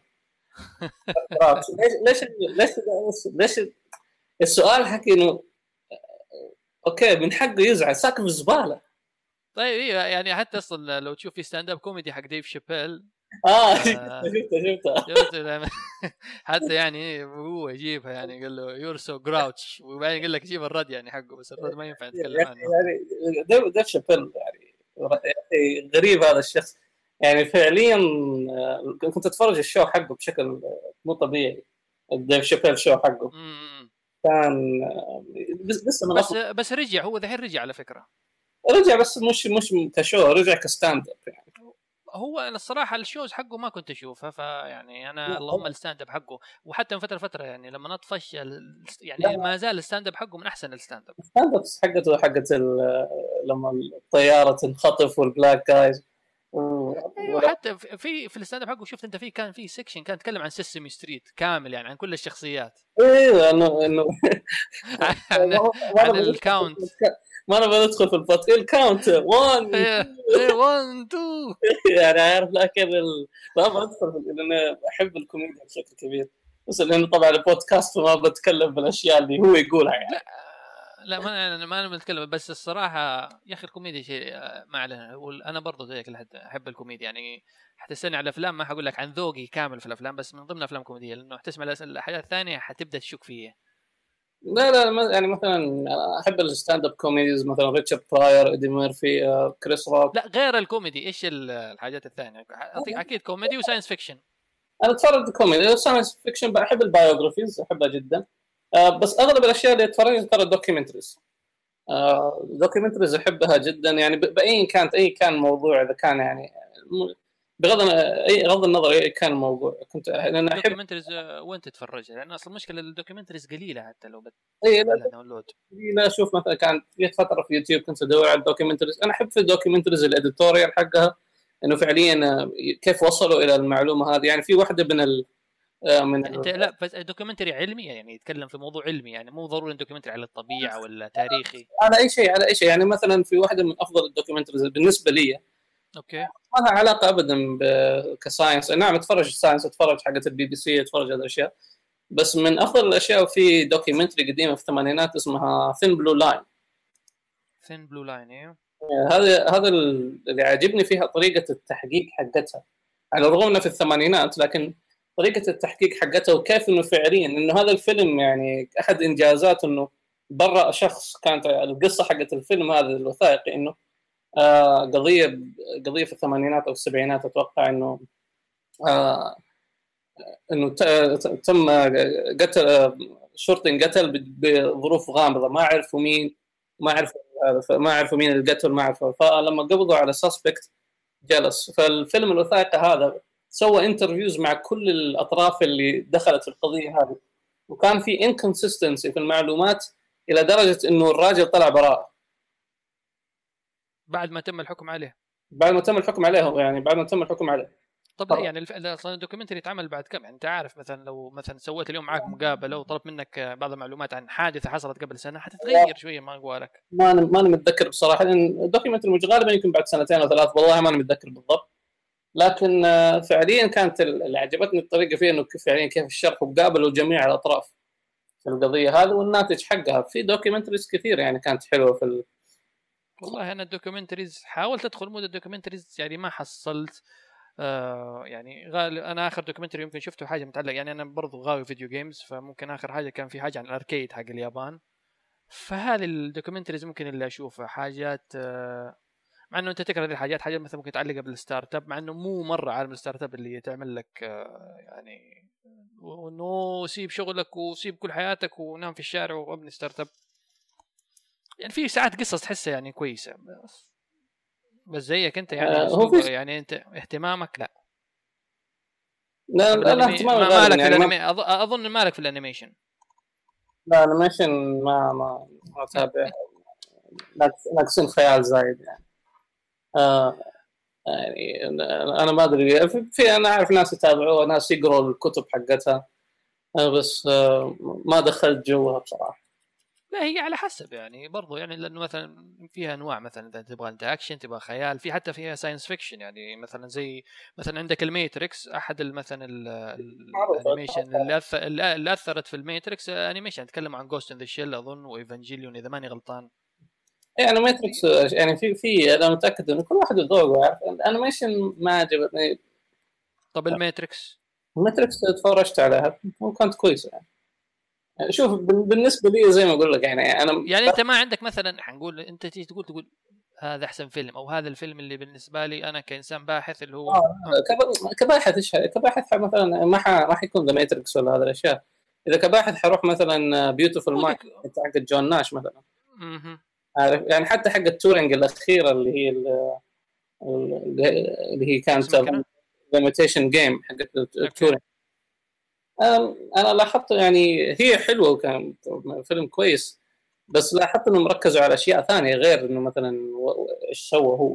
ليش ليش ليش السؤال حكي انه اوكي من حقه يزعل، ساكن في الزباله. طيب ايوه يعني حتى اصلا لو تشوف في ستاند اب كوميدي حق ديف شابيل شفته حتى يعني هو يجيبها يعني قال له يور سو جراوتش، وبعدين يقول لك جيب الرد يعني حقه، بس الرد ما ينفع نتكلم عنه. يعني ديف شابيل يعني غريب هذا الشخص يعني فعليا. كنت اتفرج الشو حقه بشكل مو طبيعي، ديف شابيل شو حقه كان بس رجع هو ذحين رجع على فكره، رجع بس مش كشو، رجع كستاند اب يعني. هو انا الصراحه الشوز حقه ما كنت اشوفها، فيعني انا اللهم الستاند اب حقه، وحتى من فتره لفتره يعني لما نطفش يعني ما زال الستاند اب حقه من احسن الستاند اب. الستاند اب حقت لما الطياره تنخطف والبلاك جايز وحتى في الستاند اب حقه شفت انت فيه كان في سيكشن كان يتكلم عن سيسمي ستريت كامل يعني عن كل الشخصيات. ايوه انه عن الكاونت. ما انا بدخل في البودكاست الكاونت 1 1 2 يعني عارف، لكن ما بدخل لان احب الكوميديا بشكل كبير، بس لانه طبعا البودكاست ما بتكلم بالاشياء اللي هو يقولها يعني. لا ما انا بتكلم، بس الصراحه يا اخي الكوميديا شيء ما علينا. انا برضو زيك احب الكوميديا يعني. حتستنى على الافلام ما حقول لك عن ذوقي كامل في الافلام، بس من ضمن افلام كوميديه لانه حتسمع الحاجات الثانيه حتبدا تشك فيه. لا يعني مثلا احب الستاند اب كوميديز مثلا ريتشارد براير، ايدي ميرفي، كريس روك. لا غير الكوميدي ايش الحاجات الثانيه؟ اكيد كوميدي وساينس فيكشن. انا اتفرج كوميدي وساينس فيكشن، بحب البايوغرافيز احبها جدا. بس اغلب الاشياء اللي اتفرج ترى دوكيومنتريز. دوكيومنتريز احبها جدا يعني باي كان موضوع، اذا كان يعني بغض النظر اي كان الموضوع كنت انا احب دوكيومنتريز. وين تتفرج؟ لان اصل المشكله الدوكيومنتريز قليله حتى لو لا شوف مثلا كان في فتره في يوتيوب كنت ادور على الدوكيومنتريز. انا احب في الدوكيومنتريز الاديتوريال حقها، انه فعليا كيف وصلوا الى المعلومه هذه. يعني في واحده من انت لا بس دوكيومنتري علمي يعني يتكلم في موضوع علمي، يعني مو ضروري دوكيومنتري على الطبيعه ولا تاريخي. على اي شيء يعني مثلا في واحده من افضل الدوكيومنتريز بالنسبه لي. اوكي ما لها علاقه ابدا كساينس. نعم اتفرج الساينس، اتفرج حقت البي بي سي، اتفرج هذه الاشياء، بس من افضل الاشياء في دوكيومنتري قديمه في الثمانينات اسمها ثين بلو لاين. ثين بلو لاين ايوه. هذا اللي عاجبني فيها طريقه التحقيق حقتها. على الرغم انه في الثمانينات، لكن طريقه التحقيق حقته وكيف انه فعليا انه هذا الفيلم يعني احد انجازاته انه برأ شخص. كانت القصه حقت الفيلم هذا الوثائقي انه قضيه في الثمانينات او السبعينات اتوقع، انه آه انه تم قتل شرطي، انقتل بظروف غامضه، ما عرفوا مين، ما عرفوا مين اللي قتل، ما عرفوا. فلما قبضوا على سسبكت جلس. فالفيلم الوثائقي هذا سوى انترفيوز مع كل الاطراف اللي دخلت في القضيه هذه، وكان في انكونسستنسي في المعلومات الى درجه انه الراجل طلع براءه بعد ما تم الحكم عليه. بعد ما تم الحكم عليه، يعني بعد ما تم الحكم عليه. طب لا يعني اصلا الدوكيومنتري يتعمل بعد كم؟ يعني انت عارف مثلا لو مثلا سويت اليوم معك مقابله وطلبت منك بعض المعلومات عن حادثه حصلت قبل سنه حتتغير شويه ما اقول لك. ما انا متذكر بصراحه، لان الدوكيومنتري غالبا يمكن بعد سنتين او ثلاث، والله ما انا متذكر بالضبط. لكن فعليا كانت اللي عجبتني الطريقه فيه انه فعليا كيف الشرح، وقابلوا جميع الاطراف في القضيه هذه، والناتج حقها في دوكيومنتريز كثير يعني كانت حلوه في والله انا الدوكيومنتريز حاولت ادخل مود الدوكيومنتريز يعني ما حصلت. يعني انا اخر دوكيومنتري يمكن شفته حاجه متعلق، يعني انا برضو غاوي فيديو جيمز، فممكن اخر حاجه كان في حاجه عن الاركيد حق اليابان. فهذه الدوكيومنتريز ممكن اللي اشوفها حاجات مع انه انت تكره هذه الحاجات، حاجات مثلا ممكن تعلقها بالستارت اب، مع انه مو مره عالم الستارت اب اللي تعمل لك يعني انه سيب شغلك وسيب كل حياتك ونام في الشارع وابني ستارت اب. يعني في ساعات قصص تحسها يعني كويسه، بس زيك انت يعني هو في يعني انت اهتمامك لا. لا اهتمامي ما غالبا مالك يعني في اظن مالك في الانيميشن. لا انيميشن ما اتابع. ناقصين خيال زايد يعني. يعني انا ما ادري، انا اعرف ناس يتابعوها، ناس يقروا الكتب حقتها، بس ما دخلت جوها بصراحه. لا هي على حسب يعني برضو، يعني لانه مثلا فيها انواع، مثلا اذا تبغى انت اكشن تبغى خيال، في حتى فيها ساينس فيكشن، يعني مثلا زي مثلا عندك الميتريكس، احد مثلا الانيميشن اللي اثرت في الميتريكس انيميشن تكلم عن جوست ان ذا شيل اظن وايفانجيليون اذا ماني غلطان. يعني ماتريكس يعني في انا متاكد انه كل واحد ذوقه، عارف الانيميشن ما عجبتني. طب الميتريكس ماتريكس تفرجت عليها وكانت كويسه يعني. شوف بالنسبه لي زي ما اقول لك يعني انا يعني انت ما عندك مثلا حنقول انت تيجي تقول هذا احسن فيلم او هذا الفيلم اللي بالنسبه لي انا كانسان باحث اللي هو كباحث كباحث مثلا ما حيكون ذا ماتريكس ولا هذه الاشياء. اذا كباحث حروح مثلا بيوتيفول مايند حق جون ناش مثلا. عارف يعني حتى حق التورينج الاخيره اللي هي كانت ليميتيشن جيم حق التورينج. انا لاحظت يعني هي حلوه وكان فيلم كويس، بس لاحظت انهم ركزوا على اشياء ثانيه غير انه مثلا ايش سوى هو.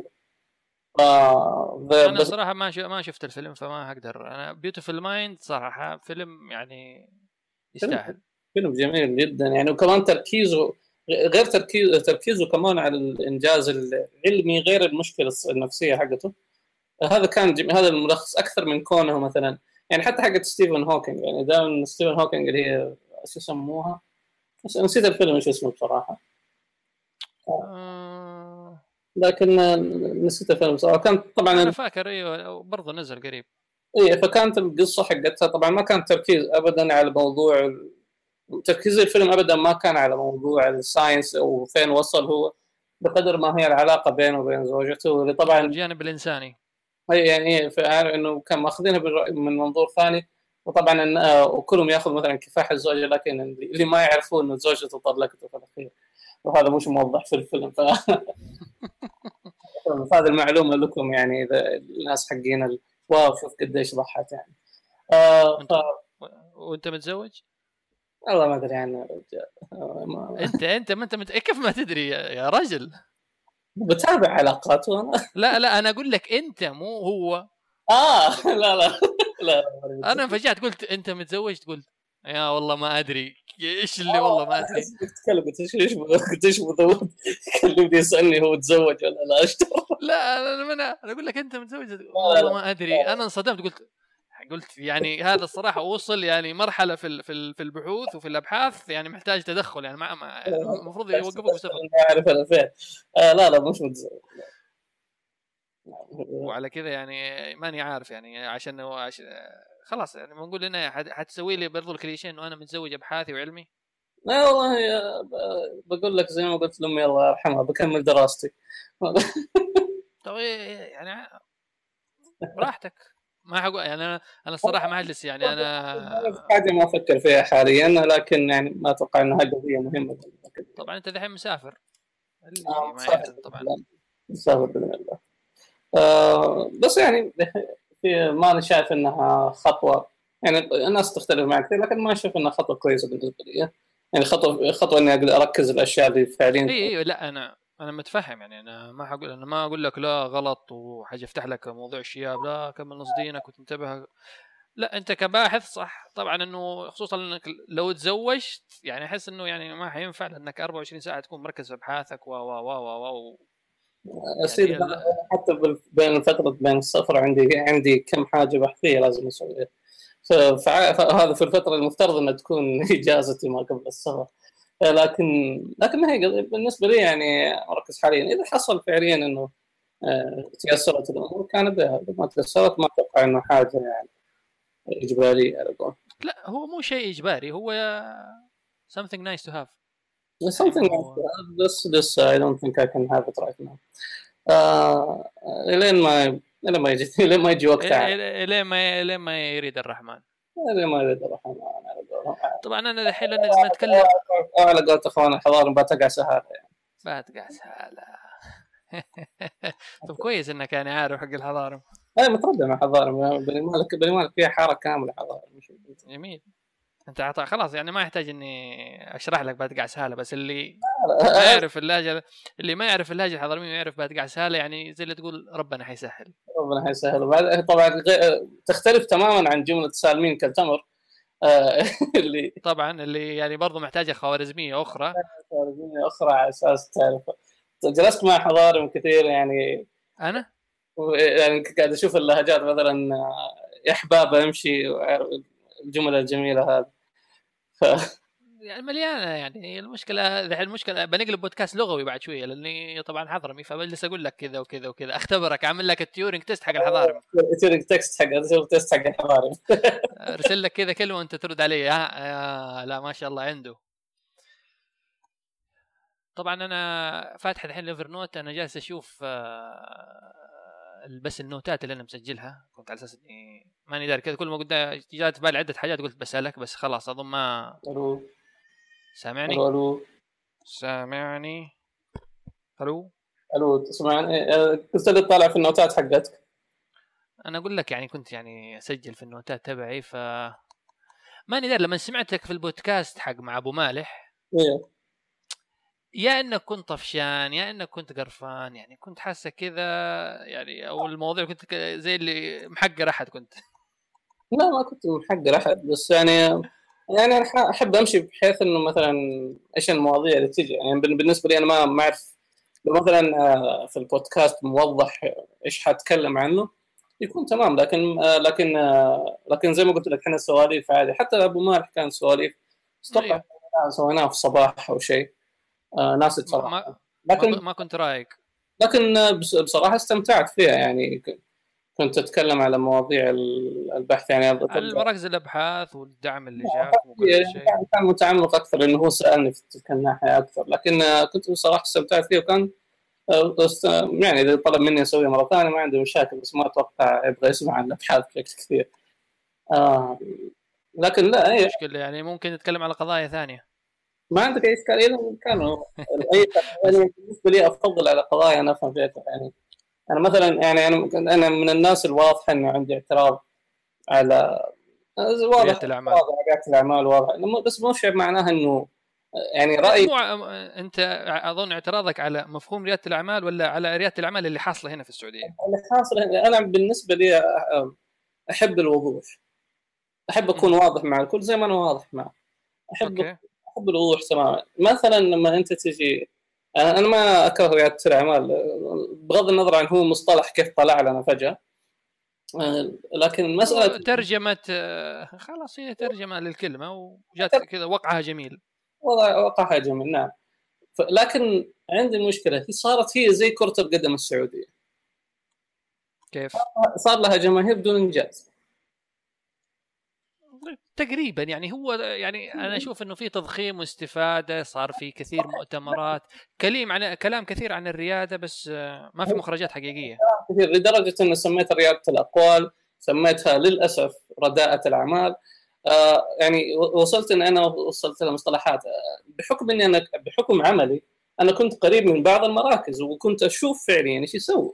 انا صراحه ما شفت الفيلم فما اقدر. انا بيوتيفول مايند صراحه فيلم يعني يستاهل، فيلم جميل جدا يعني، وكمان تركيزه غير تركيزه كمان على الانجاز العلمي غير المشكله النفسيه حقته. هذا الملخص اكثر من كونه مثلا يعني حتى حقت ستيفن هوكينج، يعني دائما ستيفن هوكينج اللي هي شو يسموها، نسيت الفيلم ايش اسمه بصراحه. لكن نسيت الفيلم صراحه. كان طبعا انا فاكر ايوه برضه نزل قريب. ايه فكانت القصه حقتها طبعا ما كان تركيز ابدا على موضوع، تركيز الفيلم ابدا ما كان على موضوع الساينس او فين وصل هو، بقدر ما هي العلاقه بينه وبين زوجته اللي طبعا الجانب الانساني. يعني فعارف انه كان ماخذينها من منظور ثاني، وطبعا وكلهم ياخذ مثلا كفاح الزوجه، لكن اللي ما يعرفوا انه زوجته طلقته في الاخير، وهذا مش موضح في الفيلم. هذه المعلومه لكم يعني اذا الناس حقين واو شوف قديش ضحت يعني. وانت متزوج؟ والله ما ادري عنه يا رجال. انت كيف ما تدري يا رجل؟ بتابع علاقات وانا لا انا اقول لك انت مو هو. لا انا فجأت قلت انت متزوج، قلت يا والله ما ادري ايش اللي والله ما ادري. تتكلم قلت ايش متزوج، كلمني يسالني هو تزوج ولا لا اشتر. لا انا اقول لك انت متزوج، والله ما ادري. انا انصدمت قلت يعني هذا الصراحه وصل يعني مرحله في البحوث وفي الابحاث يعني محتاج تدخل، يعني المفروض يوقفك بسبب. ما اعرف انا فين. لا مش متزوج. وعلى كذا يعني ماني عارف يعني عشان خلاص يعني بنقول لنا حتسوي لي برضو الكليشيه انه انا متزوج ابحاثي وعلمي. لا والله بقول لك زي ما قلت لامي الله يرحمها بكمل دراستي. طيب يعني براحتك، ما حقول يعني انا الصراحه ما اجلس يعني انا. حاجه ما افكر فيها حاليا، لكن يعني ما اتوقع انها قضيه مهمه. طبعا انت دحين مسافر اللي ما مسافر يعرف باذن طبعا. الله، مسافر باذن الله. بس يعني ما انا شايف انها خطوه، يعني الناس تختلف معي كثير، لكن ما اشوف انها خطوه كويسه بالنسبه لي. يعني خطوه اني اقدر اركز الاشياء اللي فعليا. اي لا انا متفهم يعني انا ما اقول لك لا غلط وحاجه افتح لك موضوع الشياب، لا كمل نص دينك وتنتبه. لا انت كباحث صح طبعا انه خصوصا انك لو تزوجت يعني احس انه يعني ما حينفع لانك 24 ساعه تكون مركز في ابحاثك و اصير يعني حتى بين فتره بين السفر عندي كم حاجه بحثيه لازم اسويها. فهذا في الفتره المفترض انها تكون اجازتي ما قبل السفر. لكن هي بالنسبه لي يعني اركز حاليا اذا حصل فعليا انه تيسرت الامور كان بها، اذا ما تيسرت ما اتوقع انه حاجه يعني اجباريه على قول. لا هو مو شيء اجباري، هو something nice to have يعني Something ما like هو. that. This I don't think I can have it right now. آه لين ما يجي لين ما يجي وقتها. ليه ما يريد الرحمن. لين ما يجي الرحمن على قولهم. طبعا انا الحين لما نتكلم على قولة اخوان الحضاره بتقع سهاله يعني. بتقعس هلا. طب كويس انك يعني عارف حق الحضارة. هاي متردد مع حضاره بني مالك فيها حاره كامله حضاره مش جميل. انت خلاص يعني ما يحتاج اني اشرح لك بتقع سهله، بس اللي ما يعرف اللهجه، اللي ما يعرف اللهجه الحضرميه ويعرف بتقع سهله يعني زي اللي تقول ربنا حيسهل. ربنا حيسهل. وبعد طبعا تختلف تماما عن جمله سالمين كالتمر. اللي طبعا اللي يعني برضو محتاجه خوارزميه اخرى. خوارزمية اخرى على اساس تعرف. جلست مع حضاري كثير يعني. انا يعني قاعد اشوف اللهجات مثلا يا احباب امشي الجمله الجميله هذه. يعني مليانه يعني المشكله بنقلب بودكاست لغوي بعد شويه لاني طبعا حضرمي فبجلس اقول لك كذا وكذا وكذا، اختبرك اعمل لك التيورينج تيست حق الحضارم. تيورينج تيست حق الحضاري. ارسل لك كذا كلمه وانت ترد علي لا ما شاء الله عنده. طبعا انا فاتح الحين ليفر نوت، انا جالس اشوف بس النوتات اللي انا مسجلها، كنت على اساس اني ماني داري كذا، كل ما قلت جات في بالي عده حاجات قلت بسالك بس خلاص اظن ما الو سامعني. الو سامعني الو الو تسمعني؟ قلت لي طالع في النوتات حقتك. انا اقول لك يعني كنت يعني اسجل في النوتات تبعي ف ماني داري لما سمعتك في البودكاست حق مع ابو مالح ايه يا انك كنت طفشان يا انك كنت قرفان، يعني كنت حاسه كذا يعني، او المواضيع كنت زي اللي محقر احد كنت. لا ما كنت محقر احد، بس يعني انا احب امشي بحيث انه مثلا ايش المواضيع اللي تجي. يعني بالنسبه لي انا ما اعرف لو مثلا في البودكاست موضح ايش حاتكلم عنه يكون تمام، لكن زي ما قلت لك احنا السواليف عادي، حتى ابو مالح كان سواليف اتوقع أيوه. سويناها في الصباح او شيء ناس ما صراحه. لكن ما كنت رايك. بصراحه استمتعت فيها يعني. كنت اتكلم على مواضيع البحث يعني على المراكز الابحاث والدعم اللي جاك وكل هالشيء. كان متعمق اكثر انه هو سالني في تلك الناحيه اكثر، لكن كنت بصراحه استمتعت فيه. وكان يعني اذا طلب مني اسويه مره ثانيه ما عندي مشاكل، بس ما اتوقع يبغى يسمع عن الابحاث بشكل كثير. آه لكن لا مو مشكله يعني ممكن نتكلم على قضايا ثانيه. ما عندك اي اشكال اذا كانوا اي يعني بالنسبه لي افضل على قضايا انا افهم فيها يعني. انا مثلا يعني انا من الناس الواضحه انه عندي اعتراض على واضح رياده الاعمال. رياده الاعمال واضح، بس مو شيء معناها انه يعني رايي. مو انت اظن اعتراضك على مفهوم رياده الاعمال ولا على رياده الاعمال اللي حاصله هنا في السعوديه؟ اللي حاصل انا بالنسبه لي احب الوضوح، احب اكون واضح مع الكل زي ما انا واضح معه. احب اوكي. احب الوضوح تماما. مثلا لما انت تجي انا ما اكره رياده الاعمال بغض النظر عن هو مصطلح كيف طلع لنا فجاه، لكن مساله ترجمه خلاص هي ترجمه للكلمه وجات كذا وقعها جميل. وقعها جميل نعم. لكن عندي مشكله، هي صارت هي زي كره القدم السعوديه. كيف؟ صار لها جماهير بدون انجاز تقريبا يعني هو يعني انا اشوف انه في تضخيم واستفاده، صار في كثير مؤتمرات، كلام كثير عن الرياده، بس ما في مخرجات حقيقيه كثير، لدرجه انه سميتها رياده الاقوال، سميتها للاسف رداءة الاعمال. يعني وصلت ان انا وصلت لمصطلحات بحكم اني انا بحكم عملي انا كنت قريب من بعض المراكز وكنت اشوف فعليا ايش يسوي.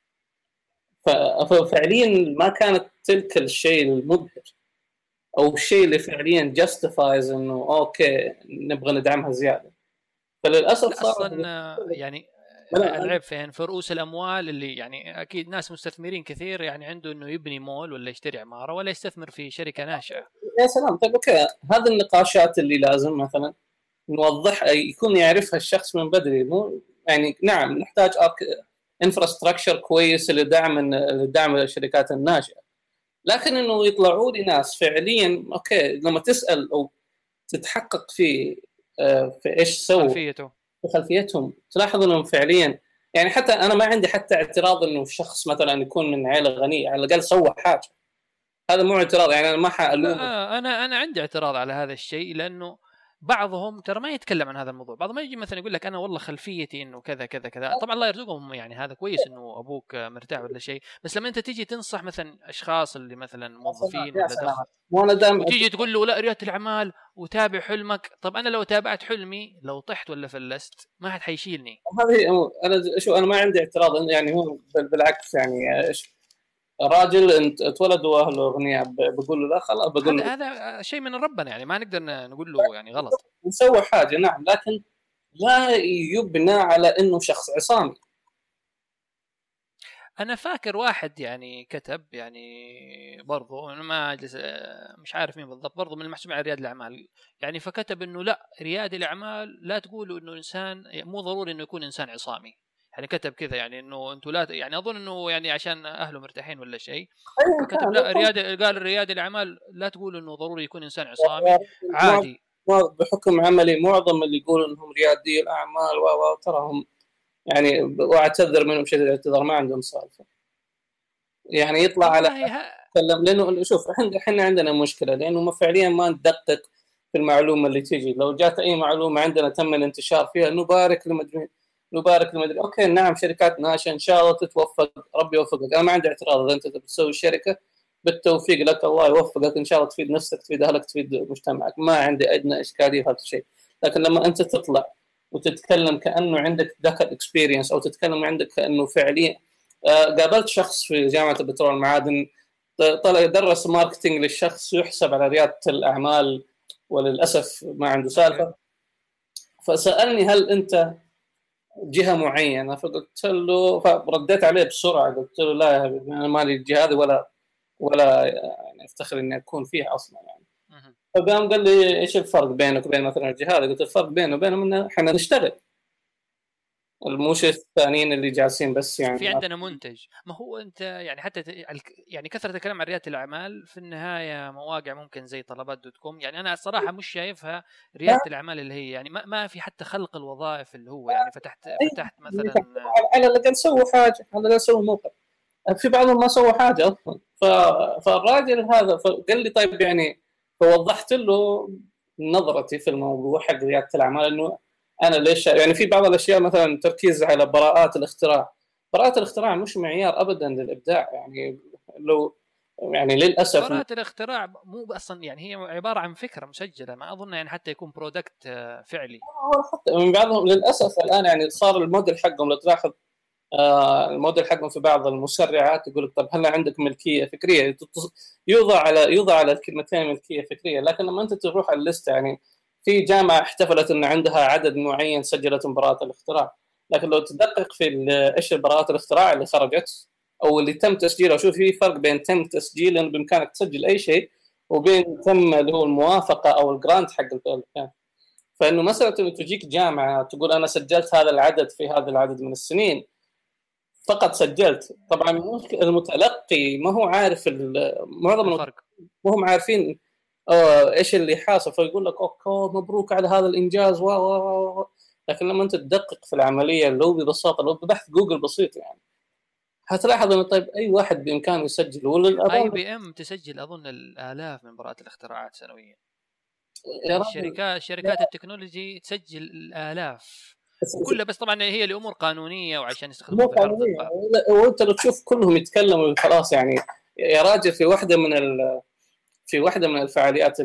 ففعليا ما كانت تلك الشيء المبهر او الشيء اللي فعليا جاستيفايز انه اوكي نبغى ندعمها زياده. فللاسف لا صارت اصلا يعني لا العيب فين؟ في رؤوس الاموال اللي يعني اكيد ناس مستثمرين كثير يعني عنده انه يبني مول ولا يشتري عماره ولا يستثمر في شركه ناشئه. يا سلام. طيب اوكي، هذه النقاشات اللي لازم مثلا نوضحها يكون يعرفها الشخص من بدري. مو يعني نعم نحتاج انفراستراكشر كويس لدعم الشركات الناشئه، لكن انه يطلعوا لي ناس فعليا اوكي لما تسال او تتحقق في ايش سووا خلفيته في خلفيتهم تلاحظ انهم فعليا يعني حتى انا ما عندي حتى اعتراض انه الشخص مثلا يكون من عائله غنيه، على الاقل سوى حاجه. هذا مو اعتراض، يعني انا ما حالوم. لا انا عندي اعتراض على هذا الشيء، لانه بعضهم ترى ما يتكلم عن هذا الموضوع. بعض ما يجي مثلا يقول لك انا والله خلفيتي انه كذا كذا كذا، طبعا الله يرزقهم يعني هذا كويس انه ابوك مرتاح ولا شيء، بس لما انت تيجي تنصح مثلا اشخاص اللي مثلا موظفين يا ولا سلام، دخل وانا دائما وتيجي تقول له لا رياده الاعمال وتابع حلمك، طب انا لو تابعت حلمي لو طحت ولا فلست ما حد حيشيلني. هذه انا شو انا ما عندي اعتراض، يعني هو بالعكس يعني راجل انت اتولد واهله اغنياء بقول له لا خلاص بقول له هذا شيء من ربنا يعني ما نقدر نقول له يعني غلط. نسوي حاجه نعم، لكن لا يبنى على انه شخص عصامي. انا فاكر واحد يعني كتب يعني برضو انا ما أجلس مش عارف مين بالضبط، برضو من المحسوب على رياده الاعمال يعني، فكتب انه لا رياد الاعمال لا تقولوا انه انسان مو ضروري انه يكون انسان عصامي، يعني كتب كذا يعني انه انتم لا يعني اظن انه يعني عشان اهله مرتاحين ولا شيء، ايا فكتب كان لا رياده، قال رياد الاعمال لا تقولوا انه ضروري يكون انسان عصامي عادي. بحكم عملي معظم اللي يقولوا انهم ريادي الاعمال تراهم يعني، واعتذر منهم شديد الاعتذار ما عندهم سالفه. يعني يطلع على والله تكلم، لانه شوف احنا عندنا مشكله لانه ما فعليا ما ندقق في المعلومه اللي تجي. لو جات اي معلومه عندنا تم الانتشار فيها نبارك لمدري نبارك لمدري اوكي نعم شركات ناشئه ان شاء الله تتوفق، ربي يوفقك. انا ما عندي اعتراض اذا انت بتسوي الشركه بالتوفيق لك، الله يوفقك ان شاء الله تفيد نفسك تفيد اهلك تفيد مجتمعك، ما عندي ادنى اشكاليه في هذا الشيء. لكن لما انت تطلع وتتكلم كانه عندك ذاك الاكسبيرينس او تتكلم عندك كانه فعليا قابلت شخص في جامعه البترول والمعادن طلع يدرس ماركتينج للشخص يحسب على رياده الاعمال وللاسف ما عنده سالفه. فسالني هل انت جهه معينه؟ فقلت له، فرديت عليه بسرعه قلت له لا يا حبيبي انا مالي الجهه هذه ولا يعني افتخر اني اكون فيها اصلا يعني. فقام قال لي ايش الفرق بينك وبين مثلا الجهه هذه؟ قلت الفرق بينه وبينهم ان احنا نشتغل، الموش الثانيين اللي جالسين بس يعني في عندنا منتج. ما هو انت يعني حتى يعني كثره الكلام عن رياده الاعمال في النهايه مواقع ممكن زي طلبات دوت كوم، يعني انا الصراحه مش شايفها رياده الاعمال اللي هي يعني ما في حتى خلق الوظائف اللي هو يعني فتحت مثلا. على الاقل سووا حاجه، على الاقل سووا موقع. في بعضهم ما سووا حاجه اصلا. فالراجل هذا قال لي طيب يعني، فوضحت له نظرتي في الموضوع حق رياده الاعمال انه انا ليش يعني في بعض الاشياء مثلا تركيز على براءات الاختراع. براءات الاختراع مش معيار ابدا للابداع يعني. لو يعني للاسف براءة الاختراع مو اصلا يعني هي عباره عن فكره مسجله، ما اظن يعني حتى يكون برودكت فعلي. حتى من بعضهم للاسف الان يعني صار الموديل حقهم لو تلاحظ الموديل حقهم في بعض المسرعات يقول لك طب هل عندك ملكيه فكريه؟ يوضع على الكلمتين ملكيه فكريه، لكن لما انت تروح على الليسته يعني في جامعه احتفلت ان عندها عدد معين سجلت براءه الاختراع، لكن لو تدقق في ايش براءات الاختراع اللي خرجت او اللي تم تسجيلها، شوف في فرق بين تم تسجيل لانه بامكانك تسجل اي شيء وبين تم اللي هو الموافقه او الجرانت حق المكان. فانه مساله انه تجيك جامعه تقول انا سجلت هذا العدد في هذا العدد من السنين فقط سجلت، طبعا المتلقي ما هو عارف معظم الفرق ما هم عارفين ايش اللي حاصل، فيقول لك اوكي مبروك على هذا الانجاز لكن لما انت تدقق في العمليه لو ببساطه لو ببحث جوجل بسيط يعني هتلاحظ انه طيب اي واحد بامكانه يسجل، ولا اي بي ام تسجل اظن الالاف من براءات الاختراعات سنويا. يا شركات التكنولوجي تسجل الالاف، وكلها بس طبعا هي لامور قانونيه وعشان يستخدموها في عرض الباب. وانت لو تشوف كلهم يتكلموا خلاص يعني. يا راجل في واحده من الفعاليات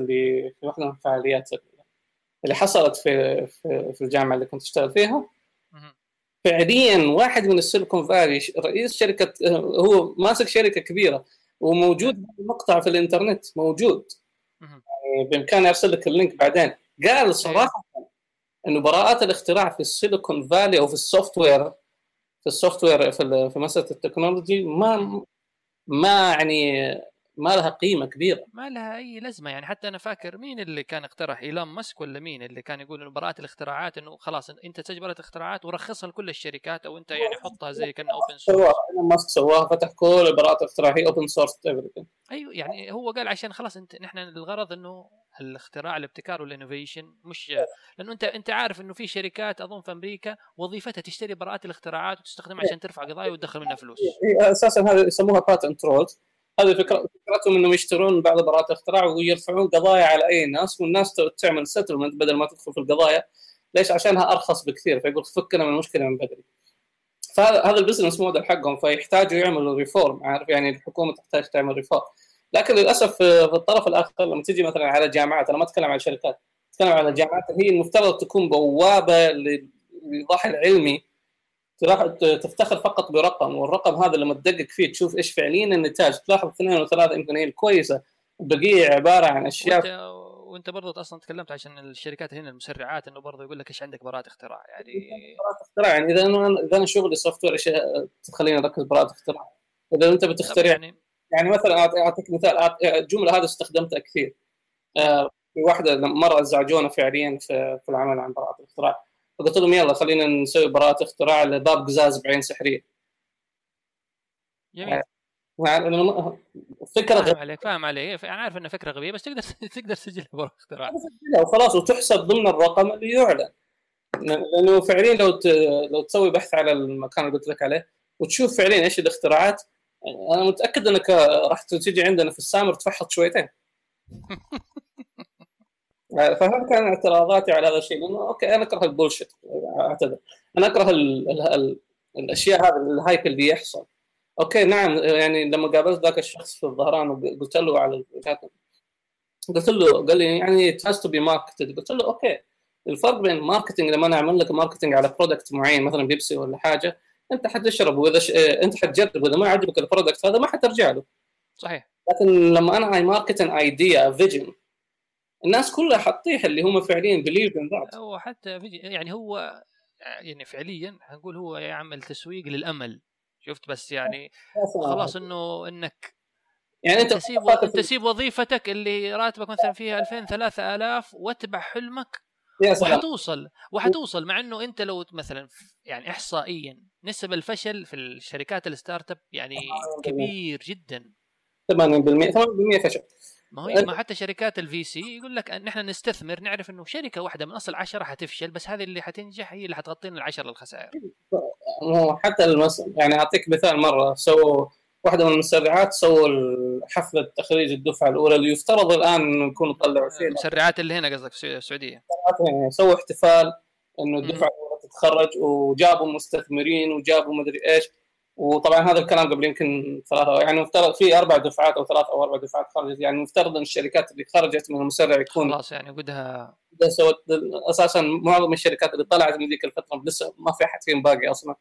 اللي حصلت في الجامعه اللي كنت اشتغل فيها، فعليا واحد من السيليكون فالي رئيس شركه، هو ماسك شركه كبيره وموجود مقطع في الانترنت موجود، يعني بامكانه ارسل لك اللينك بعدين. قال صراحه انه براءات الاختراع في السيليكون فالي او في السوفت وير في مساله التكنولوجي ما يعني ما لها قيمه كبيره، ما لها اي لازمه. يعني حتى انا فاكر مين اللي كان اقترح، ايلون ماسك ولا مين اللي كان يقول انه براءه الاختراعات انه خلاص انت تسجل براءه الاختراعات ورخصها لكل الشركات، او انت يعني حطها زي كان اوبن سورس. ايلون ماسك سواها، فتح كل براءات الاختراع هي اوبن سورس. ايوه يعني هو قال عشان خلاص نحن الغرض انه الاختراع الابتكار والانوفيشن، مش لانه انت عارف انه في شركات اظن في امريكا وظيفتها تشتري براءات الاختراعات وتستخدمها عشان ترفع قضايا وتدخل منها فلوس. هي اساسا هذا يسموها باتنت رولز. هذه فكرتهم انهم يشترون بعض براءات الاختراع ويرفعون قضايا على اي ناس، والناس تعمل سيتلمنت بدل ما تدخل في القضايا. ليش؟ عشانها ارخص بكثير، فيقول فكنا من المشكله من بدري. فهذا البزنس موديل حقهم، فيحتاجوا يعملوا ريفورم. عارف يعني الحكومه تحتاج تعمل ريفورم، لكن للاسف في الطرف الاخر لما تجي مثلا على جامعات، انا ما اتكلم عن شركات، اتكلم على الجامعات، هي المفترض تكون بوابه للايضاح العلمي، تفتخر فقط برقم، والرقم هذا لما تدقق فيه تشوف ايش فعليا النتاج، تلاحظ 2 و 3 يمكن هي الكويسه، البقيه عباره عن اشياء. وانت برضه اصلا تكلمت عشان الشركات هنا المسرعات، انه برضه يقول لك ايش عندك براءه اختراع. يعني براءه اختراع، يعني اذا انا شغلي سوفت وير، ايش تخليني اركز براءه اختراع؟ اذا انت بتخترع يعني مثلا اعطيك مثال، الجمله هذه استخدمتها كثير. في واحده مره ازعجونا فعليا في العمل عن براءه الاختراع، فقلت لهم يلا خلينا نسوي براءه اختراع لباب قزاز بعين سحريه. جميل. فكره فاهم عليك. انا عارف انها فكره غبيه، بس تقدر تسجلها براءه اختراع وخلاص، وتحسب ضمن الرقم اللي يعلن. لانه فعليا لو تسوي بحث على المكان اللي قلت لك عليه وتشوف فعليا ايش الاختراعات، انا متاكد انك راح تجي عندنا في السامر تفحط شويتين. فهذا كان اعتراضاتي على هذا الشيء، لانه اوكي انا اكره البولشيت، اعتذر، انا اكره الاشياء هذه الهايب اللي يحصل. اوكي نعم، يعني لما قابلت ذاك الشخص في الظهران وقلت له على قلت له، قال لي يعني it has to be marketed. قلت له اوكي، الفرق بين ماركتينج لما انا اعمل لك ماركتينج على برودكت معين مثلا بيبسي ولا حاجه، انت حتشرب، واذا انت حتجرب، واذا ما عجبك البرودكت هذا ما حترجع له. صحيح. لكن لما انا اي ماركت ان ايديا فيجن، الناس كلها حتطيح اللي هم فعليا بليف ان ذات. هو حتى يعني هو يعني فعليا هنقول هو يعمل تسويق للامل. شفت؟ بس يعني خلاص انك يعني انت تسيب وظيفتك اللي راتبك مثلا فيها 2000 3000 واتبع حلمك، وحتوصل مع انه انت لو مثلا يعني احصائيا نسب الفشل في الشركات الستارت اب يعني كبير جدا. 80% فشل. ما حتى شركات الفي سي يقول لك ان احنا نستثمر، نعرف انه شركه واحده من اصل 10 حتفشل، بس هذه اللي حتنجح هي اللي حتغطينا ال10 الخسائر. حتى يعني اعطيك مثال، مره سووا واحده من المسرعات، سووا حفله تخريج الدفعه الاولى اللي يفترض الان يكونوا طلعوا فيها المسرعات اللي هنا قصدك في السعوديه، يعني سووا احتفال انه الدفعه الاولى تتخرج، وجابوا مستثمرين وجابوا مدري ايش. وطبعا هذا الكلام قبل يمكن 3، يعني مفترض في 4 دفعات او 3 أو 4 دفعات خرجت، يعني مفترض ان الشركات اللي خرجت من المسرع يكون خلاص يعني قدها سوت. اساسا معظم الشركات اللي طلعت من ذيك الفتره لسه ما في احد فيهم باقي اصلا.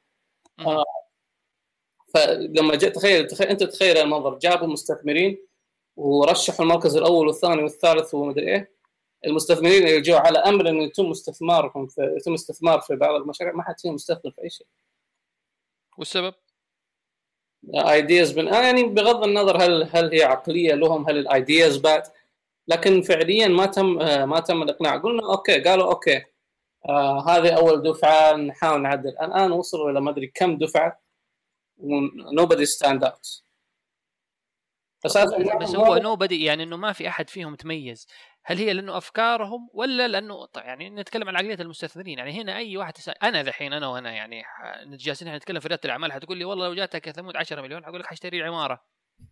فلما جاء تخيل المنظر، جابوا مستثمرين ورشحوا المركز الاول والثاني والثالث ومدري ايه. المستثمرين اللي جو على امر انه يتم استثمار في بعض المشاريع، ما حد فيهم مستثمر في اي شيء. والسبب ايدياز يعني بغض النظر هل هي عقليه لهم، هل الايدياز باد، لكن فعليا ما تم الاقناع. قلنا اوكي، قالوا اوكي هذه اول دفعه نحاول نعدل. الان وصلوا الى ما ادري كم دفعه nobody stand out. بس هو nobody يعني انه ما في احد فيهم تميز. هل هي لانه افكارهم ولا لانه يعني نتكلم عن عقليه المستثمرين؟ يعني هنا اي واحد انا ذحين انا يعني جالسين نتكلم في رياده الاعمال، حتقول لي والله لو جاتك يا ثمود 10 مليون حقول لك حاشتري عماره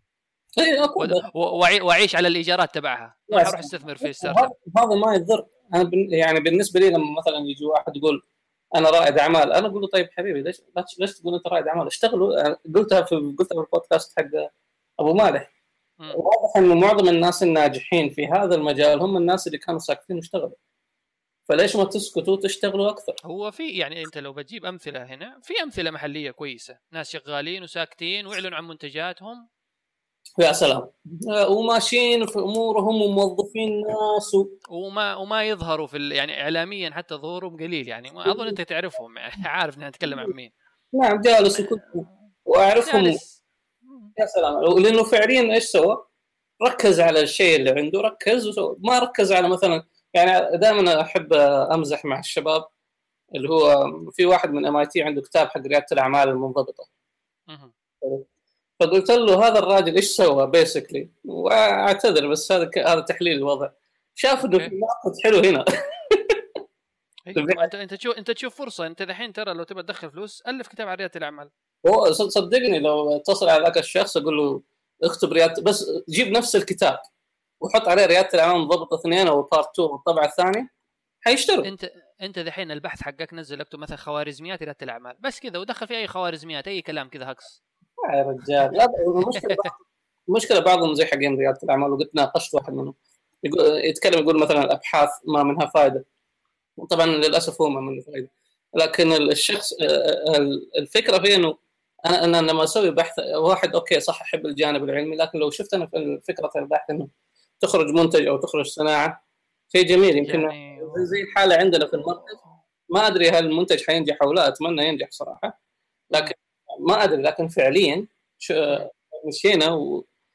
واعيش على الايجارات تبعها، ما حروح استثمر في ستارت اب. هذا ما يضر. انا يعني بالنسبه لي لما مثلا يجي واحد يقول انا رائد اعمال، انا اقول له طيب حبيبي ليش تقول انت رائد اعمال؟ اشتغلوا. قلتها في البودكاست حق ابو مالح. واضح انه معظم الناس الناجحين في هذا المجال هم الناس اللي كانوا ساكتين واشتغلوا، فليش ما تسكتوا وتشتغلوا اكثر؟ هو في يعني انت لو بتجيب امثله هنا، في امثله محليه كويسه، ناس شغالين وساكتين ويعلنوا عن منتجاتهم يا سلام، وماشيين في امورهم وموظفين ناس وما يظهروا في يعني اعلاميا حتى ظهورهم قليل، يعني ما اظن انت تعرفهم يعني عارف ان نتكلم عن مين. نعم جالس واعرفهم جالس. يا سلام، لانه فعليا ايش سوى؟ ركز على الشيء اللي عنده، ركز وسوى. ما ركز على مثلا، يعني دائما احب امزح مع الشباب اللي هو في واحد من MIT عنده كتاب حق رياده الاعمال المنضبطه. فقلت له هذا الراجل ايش سوى بيسكلي، واعتذر بس هذا تحليل الوضع. شاف انه في نقطه حلو هنا. انت تشوف فرصه. انت الحين ترى لو تبغى تدخل فلوس الف كتاب عن رياده الاعمال. صدقني لو اتصل على ذاك الشخص اقول له اكتب رياده، بس جيب نفس الكتاب وحط عليه رياده الاعمال منضبطه 2 او بارت 2 والطبعه الثانيه حيشتروا. انت دحين البحث حقك نزل اكتب مثلا خوارزميات رياده الاعمال بس كذا، ودخل في اي خوارزميات اي كلام كذا هكس. يا رجال لا، المشكله بعضهم زي حقين رياده الاعمال، وقلت ناقشت واحد منهم يقول مثلا الابحاث ما منها فائده، طبعا للاسف هو ما منه فائده، لكن الشخص الفكره في انه انا لما اسوي بحث واحد اوكي صح احب الجانب العلمي، لكن لو شفت انا في فكره البحث انه تخرج منتج او تخرج صناعه شيء جميل، يمكن يعني زي الحاله عندنا في المركز. ما ادري هل المنتج حينجح او لا، اتمنى ينجح صراحه، لكن ما ادري. لكن فعليا مشينا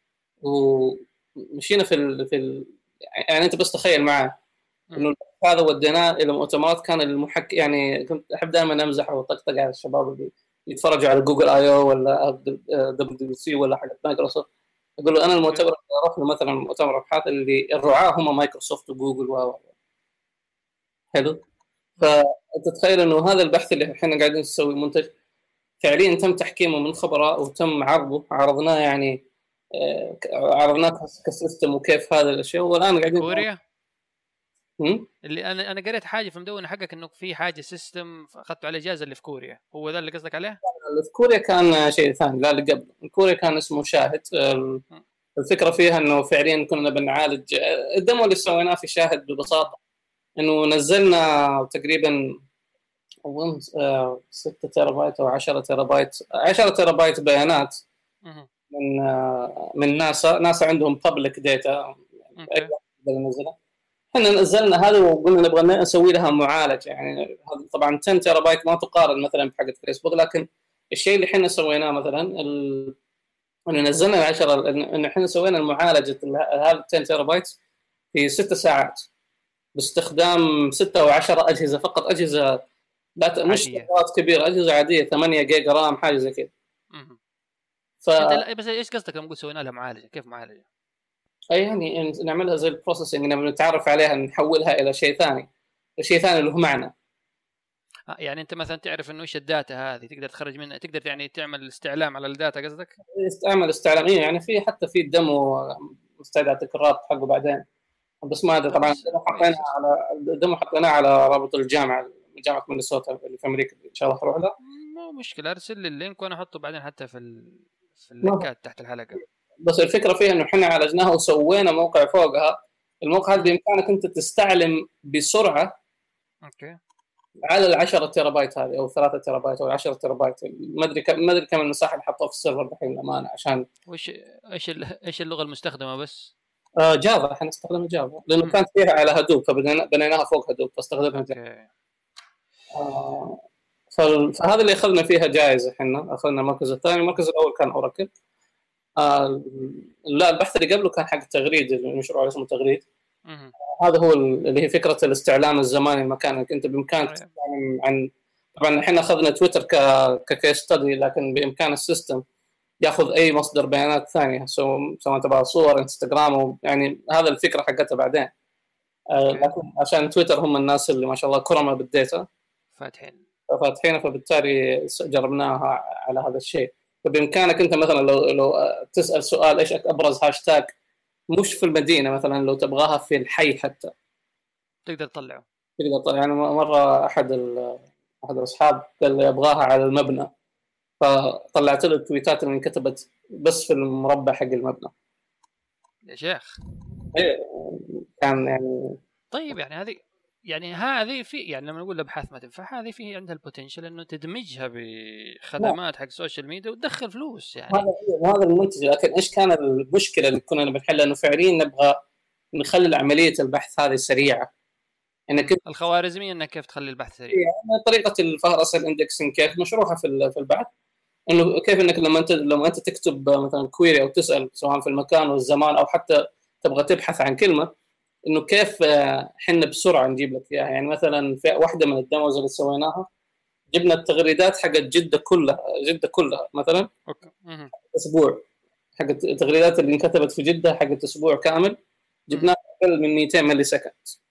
ومشينا يعني انت بس تخيل معه انه هذا وديناه الى مؤتمرات كان المحكي، يعني كنت احب دائما امزح وطقطق على الشباب اللي يتفرجوا على جوجل IO ولا WWDC ولا حق مايكروسوفت، اقول له انا المؤتمر اللي اروح له مثلا مؤتمر ابحاث اللي الرعاه هم مايكروسوفت وجوجل حلو. فانت تتخيل انه هذا البحث اللي احنا قاعدين نسوي منتج فعليا تم تحكيمه من خبراء وتم عرضناه يعني عرضناه كسيستم وكيف هذا الاشياء، والان قاعدين كوريا اللي انا قريت حاجه في المدونه حقك انه في حاجه سيستم اخذته على اجازه اللي في كوريا، هو ذا اللي قصدك عليه؟ اللي في كوريا كان شيء ثاني، لا اللي قبل كوريا كان اسمه شاهد. الفكره فيها انه فعليا كنا بنعالج الدمو اللي سويناه في شاهد ببساطه انه نزلنا تقريبا 6 تيرابايت او 10 تيرابايت بيانات من ناسا عندهم بابليك داتا نزلها. احنا نزلنا هذا وقلنا نبغى نسوي لها معالجه، يعني طبعا 10 تيرابايت ما تقارن مثلا بحقه فيسبوك، لكن الشيء اللي احنا سويناه مثلا انه نزلنا 10 انه احنا سوينا المعالجه هذا 10 تيرابايت في 6 ساعات باستخدام 6 او 10 اجهزه فقط، اجهزه لا مش كبيره، اجهزه عاديه 8 جيجا رام حاجه زي كذا. بس ايش قصدك لما قلت سوينا لها معالجه؟ كيف معالجه؟ اي يعني نعملها زي البروسيسنج، نتعرف عليها نحولها الى شيء ثاني اللي هو معنى. يعني انت مثلا تعرف انه ايش الداتا هذه تقدر تخرج منها، تقدر يعني تعمل استعلام على الداتا قصدك؟ تعمل استعلاميه، يعني في حتى في الدمو مستعداتك الرابط حقه بعدين، بس ما ادري طبعا الدمو حطيناه على رابط جامعه مينيسوتا اللي في امريكا، ان شاء الله اروح لها. مو مشكله، ارسل لي اللينك وانا احطه بعدين حتى في اللينكات تحت الحلقه. بس الفكره فيها انه احنا عالجناها وسوينا موقع فوقها. الموقع هذا بامكانك انت تستعلم بسرعه اوكي على 10 تيرابايت هذه او 3 تيرابايت او 10 تيرابايت، ما ادري كم المساحه اللي حطوها في السيرفر الحين الامانه. عشان ايش اللغه المستخدمه بس؟ جافا، احنا نستخدم جافا لانه كانت فيها على هدوب فبنيناها فوق هدوب فاستخدمنا جافا. فهذا اللي اخذنا فيها جائزه. احنا اخذنا المركز الثاني، المركز الاول كان اوراكل. لا البحث اللي قبله كان حق التغريد، المشروع اسمه تغريد. هذا هو اللي هي فكره الاستعلام الزماني المكاني، انت بامكانك تستعلم عن، طبعا احنا اخذنا تويتر ككيس ستدي، لكن بامكان السيستم ياخذ اي مصدر بيانات ثانيه سواء تبع صور انستغرام يعني هذا الفكره حقتها بعدين. لكن عشان تويتر هم الناس اللي ما شاء الله كرمة بالديتا فاتحينه، فبالتالي جربناها على هذا الشيء. فبإمكانك أنت مثلا لو تسأل سؤال إيش أبرز هاشتاج مش في المدينة، مثلا لو تبغاها في الحي حتى تقدر تطلعه. يعني مرة أحد الأصحاب قال لي أبغاها على المبنى، فطلعت له التويتات اللي انكتبت بس في المربع حق المبنى. يا شيخ إيه كان يعني طيب يعني هذه في يعني لما نقول ابحاث ما تنفع، هذه في عندها البوتنشل انه تدمجها بخدمات حق السوشيال ميديا وتدخل فلوس يعني. هذا المنتج. لكن ايش كان المشكله اللي كنا بنحلها؟ انه فعليا نبغى نخلي عمليه البحث هذه سريعه. انك الخوارزميه انك كيف تخلي البحث سريع، يعني طريقه الفهرسه الاندكسنج كيف مشروحه في البحث، انه كيف انك لما انت تكتب مثلا كويري او تسال سواء في المكان والزمان او حتى تبغى تبحث عن كلمه، انه كيف احنا بسرعه نجيب لك اياها. يعني مثلا في واحده من الديموز اللي سويناها جبنا التغريدات حقت جده كلها مثلا اسبوع، حق التغريدات اللي انكتبت في جده حقت اسبوع كامل جبناها اقل من 200 ملي سكند.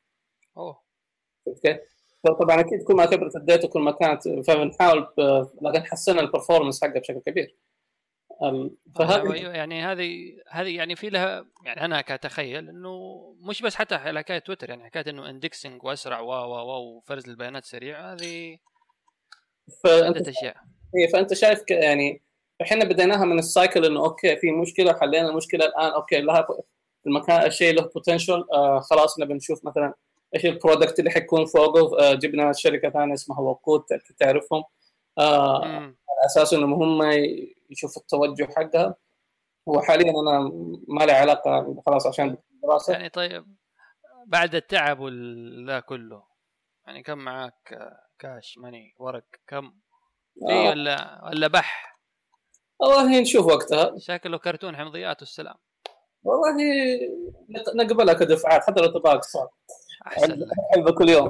اوكي طبعا اكيد كل ما كبرت الداتا كل ما كانت، فبنحاول لكن حسنا البرفورمانس حقها بشكل كبير. فهذه يعني هذه يعني في لها يعني انا كاتخيل انه مش بس حتى حكايه تويتر، يعني حكايه انه اندكسنج واسرع وفرز البيانات سريع، هذه عده اشياء. فانت شايف يعني احنا بديناها من السايكل انه اوكي في مشكله حلينا المشكله الان، اوكي لها المكان الشيء له بوتنشل، خلاص نبي نشوف مثلا ايش البرودكت اللي حيكون فوقه. جبنا شركه ثانيه اسمها وقود تعرفهم، على اساس انهم هم يشوف التوجه حقها. هو حاليا انا ما لي علاقه خلاص عشان الدراسه يعني. طيب بعد التعب ولا كله يعني كم معك كاش ماني ورق كم في ولا بح؟ والله نشوف وقتها، شكله كرتون حمضيات والسلام. والله نقبلها كدفعات حتى لو تبغى اقساط حلبة كل يوم.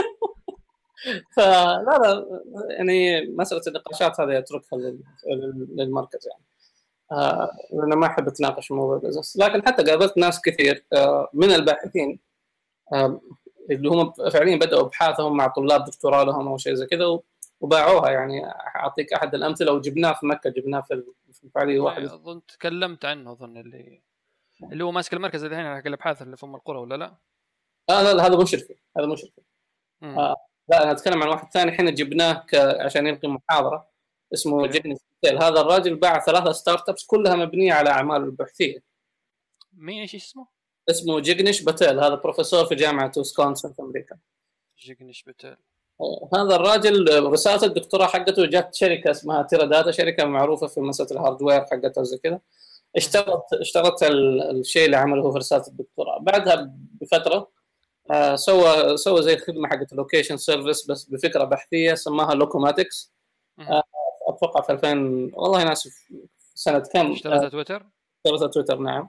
فلا يعني مسألة النقاشات هذه أتركها للمركز يعني. لأن ما أحب أتناقش في موضوع البزنس. لكن حتى قابلت ناس كثير من الباحثين اللي هم فعليا بدأوا أبحاثهم مع طلاب دكتوراه لهم أو شيء زي كذا وباعوها. يعني أعطيك أحد الأمثلة، وجبناه في مكة، جبناه في الفعالية واحد أظن تكلمت عنه، أظن اللي هو ماسك المركز الحين حق الأبحاث اللي في أم القرى ولا لا؟ لا هذا مشرفي. لا أنا أتكلم عن واحد ثاني. إحنا جبناه عشان يلقي محاضرة، اسمه جيجنش بتيل. هذا الراجل باع 3 ستارت ابس كلها مبنية على أعمال البحثية. مين ايش اسمه؟ اسمه جيجنش بتيل، هذا بروفيسور في جامعة ويسكونسن في أمريكا. جيجنش بتيل هذا الراجل رسالة الدكتوراه حقته جات شركة اسمها تيرا داتا، شركة معروفة في مسألة الهاردوير حقتها زي كذا. اشترت الشيء اللي عمله في رسالة الدكتوراه. بعدها بفترة سوى زي خدمة حقت اللوكيشن سيرفيس بس بفكرة بحثية سماها لوكوماتكس. أتوقع في 2000 والله ناسف سنة كم. اشتريتها تويتر؟ اشتريتها تويتر نعم.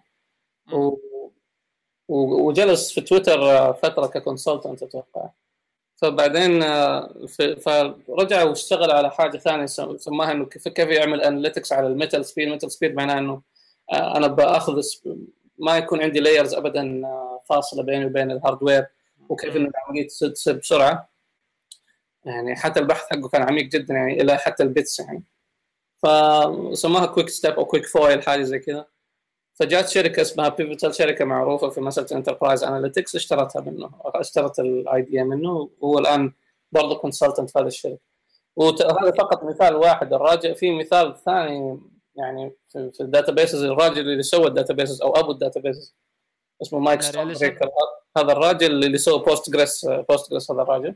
وجلس في تويتر فترة ككونسلتنت أتوقع. فبعدين فرجع واشتغل على حاجة ثانية سماها إنه كيف يعمل أناليتكس على الميتال سبيد. الميتال سبيد معناه إنه أنا بأخذ ما يكون عندي لايرز أبدا فاصلة بيني وبين الهاردوير، وكيف إن العملية تصير بسرعة. يعني حتى البحث حقه كان عميق جدا يعني إلى حتى البيتس يعني. فسماها كويك ستيب أو كويك فويل حاجة زي كذا. فجات شركة اسمها بيفوتال، شركة معروفة في مسألة انتربرايز اناليتكس، اشترتها منه، اشترت الاي دي منه، وهو الآن برضه كونسلتنت في هذه الشركة. وهذا فقط مثال واحد. الراجل في مثال ثاني يعني في الداتابيسز، الراجل اللي سوى الداتابيسز او ابو الداتابيسز اسمه مايك ستونبريكر. هذا الراجل اللي سوى بوستجريس هذا الراجل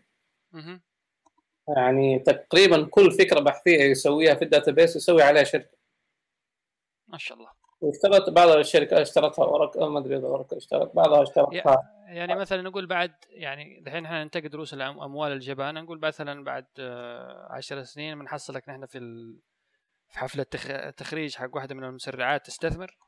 يعني تقريبا كل فكرة بحثية يسويها في الداتابيس يسوي عليها شركة ما شاء الله. واشترت بعض الشركات، اشترتها اوراكل، ما ادري اذا اوراكل اشترت بعضها، اشترتها يعني مثلا نقول بعد يعني الحين احنا ننتقد رؤوس الاموال الجبانه، نقول مثلا بعد 10 سنين بنحصلك نحن في حفله تخريج حق واحده من المسرعات تستثمر.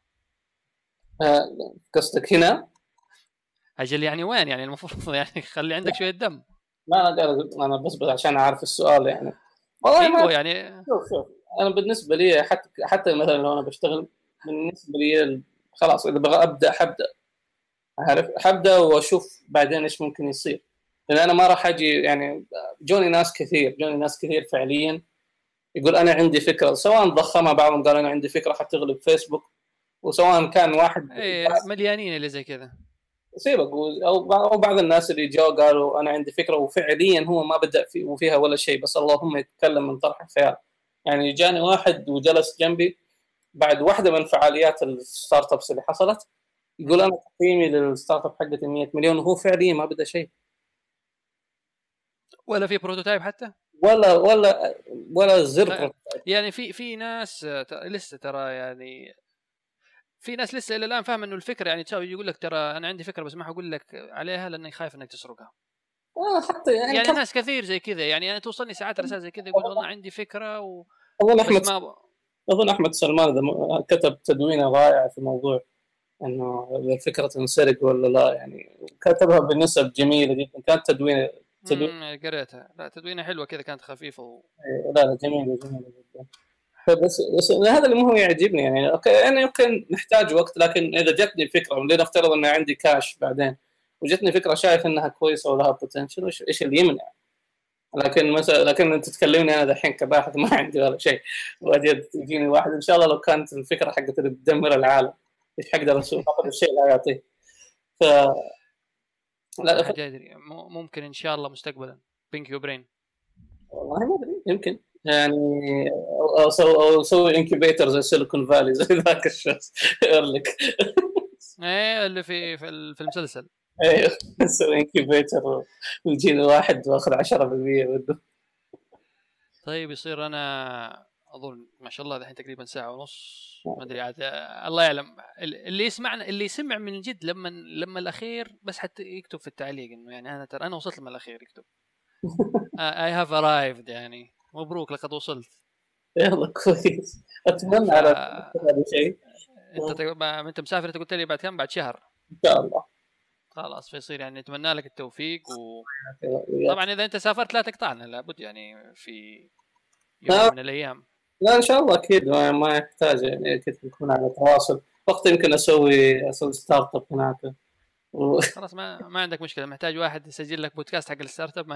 قصدك هنا؟ اجل يعني وين يعني المفروض يعني خلي عندك شويه دم. لا انا بس عشان اعرف السؤال يعني. والله ايوه يعني شوف انا بالنسبه لي حتى مثلا لو انا بشتغل بالنسبه لي خلاص اذا بغى ابدا عارف حبدا واشوف بعدين ايش ممكن يصير، لان انا ما راح اجي يعني. جوني ناس كثير فعليا يقول انا عندي فكره، سواء ضخمها بعضهم قال انا عندي فكره حتغلب فيسبوك، وسواء كان واحد مليانين اللي زي كذا سيبك، او بعض الناس اللي جو قالوا انا عندي فكره وفعليا هو ما بدا وفيها ولا شيء، بس اللهم يتكلم من طرح الخيال. يعني جاني واحد وجلس جنبي بعد واحده من فعاليات الستارت ابس اللي حصلت، يقول انا تقييمي للستارت اب حقتي 100 مليون، وهو فعليا ما بدا شيء ولا في بروتوتايب حتى ولا زر بروتوتايب. يعني في ناس لسه ترى يعني في ناس لسه الى الان فاهم انه الفكره يعني تساوي، يقول لك ترى انا عندي فكره بس ما حقول لك عليها لاني خايف انك تسرقها. حتى يعني ناس كثير زي كذا، يعني انا توصلني ساعات رسائل زي كذا يقول والله عندي فكره اظن احمد سلمان كتب تدوينه رائعه في موضوع انه الفكره تنسرق ولا لا، يعني كتبها بنسب جميله جدا، كانت تدوينه قريتها، لا تدوينه حلوه كذا، كانت خفيفه لا جميله جدا. بس هذا اللي مو يعجبني يعني. اوكي انا يمكن نحتاج وقت، لكن اذا جتني فكره، لنفترض ان عندي كاش بعدين وجتني فكره شايف انها كويسه ولها بوتنشل، ايش اللي يمنع؟ لكن انت تكلمني انا دحين كباحث ما عندي ولا شيء، وبعدين تجيني واحد ان شاء الله لو كانت الفكره حقت اللي بتدمر العالم ايش حقدر اسوي؟ فقط الشيء لا يعطيه. لا حاجه ادري ممكن ان شاء الله مستقبلا بينكي وبرين، والله ما ادري، يمكن يعني او اسوي انكيبيتر زي سيليكون فالي زي ذاك الشخص لك ايه اللي في المسلسل، ايوه نسوي انكيبيتر ويجيني واحد واخذ 10% منه. طيب يصير انا اظن ما شاء الله الحين تقريبا ساعه ونص، ما ادري عاد الله يعلم اللي يسمعنا، اللي يسمع من جد لما الاخير بس حتى يكتب في التعليق انه يعني انا ترى انا وصلت لما الاخير، يكتب I have arrived، يعني مبروك لقد وصلت. يلا كويس، اتمنى على هذا الشيء. انت مسافر، انت قلت لي بعد كم؟ بعد شهر ان شاء الله. خلاص فيصير يعني نتمنى لك التوفيق طبعا اذا انت سافرت لا تقطعنا، لابد يعني في يوم من الايام. لا ان شاء الله اكيد ما يحتاج، يعني اكيد نكون على تواصل وقت يمكن اسوي ستارت اب هناك خلاص ما عندك مشكله، محتاج واحد يسجل لك بودكاست حق الستارت اب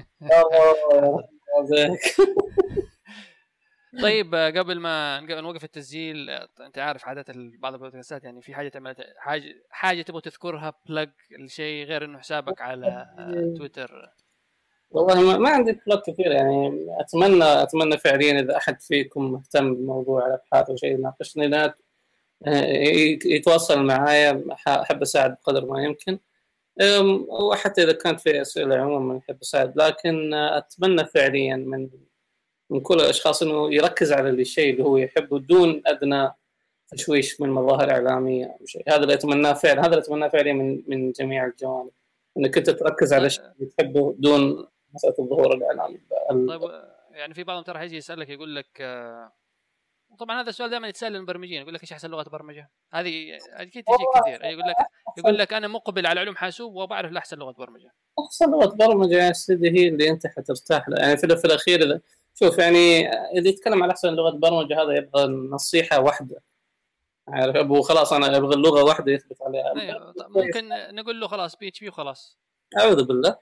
طيب قبل ما نوقف التسجيل، انت عارف عاده بعض البودكاستات يعني في حاجه تعمل حاجه تبغى تذكرها بلج الشيء غير انه حسابك على تويتر؟ والله ما عندي بلوك كثير يعني. اتمنى فعليا اذا احد فيكم مهتم بموضوع الابحاث او شيء يناقشني، يتواصل معايا، احب اساعد بقدر ما يمكن، وحتى اذا كانت في اسئله عموما احب اساعد. لكن اتمنى فعليا من كل الاشخاص انه يركز على الشيء اللي هو يحبه دون ادنى تشويش من مظاهر اعلاميه او شيء. هذا اللي اتمناه فعليا من جميع الجوانب، انك انت تركز على الشيء اللي تحبه دون مساله الظهور الاعلامي. طيب يعني في بعضهم ترى حيجي يسالك يقول لك طبعا هذا السؤال دائما يتسال للمبرمجين، يقول لك ايش احسن لغه برمجه؟ هذه اكيد تجي كثير، يقول لك انا مقبل على علوم حاسوب وبعرف احسن لغه برمجه. احسن لغه برمجه يا سيدي هي اللي انت حترتاح لها، يعني في الاخير شوف يعني اللي يتكلم على احسن لغه برمجه هذا يبغى نصيحه واحده، عارف ابو خلاص انا ابغى اللغه واحده يثبت عليها. أيوة. ممكن نقول له خلاص PHP وخلاص. اعوذ بالله.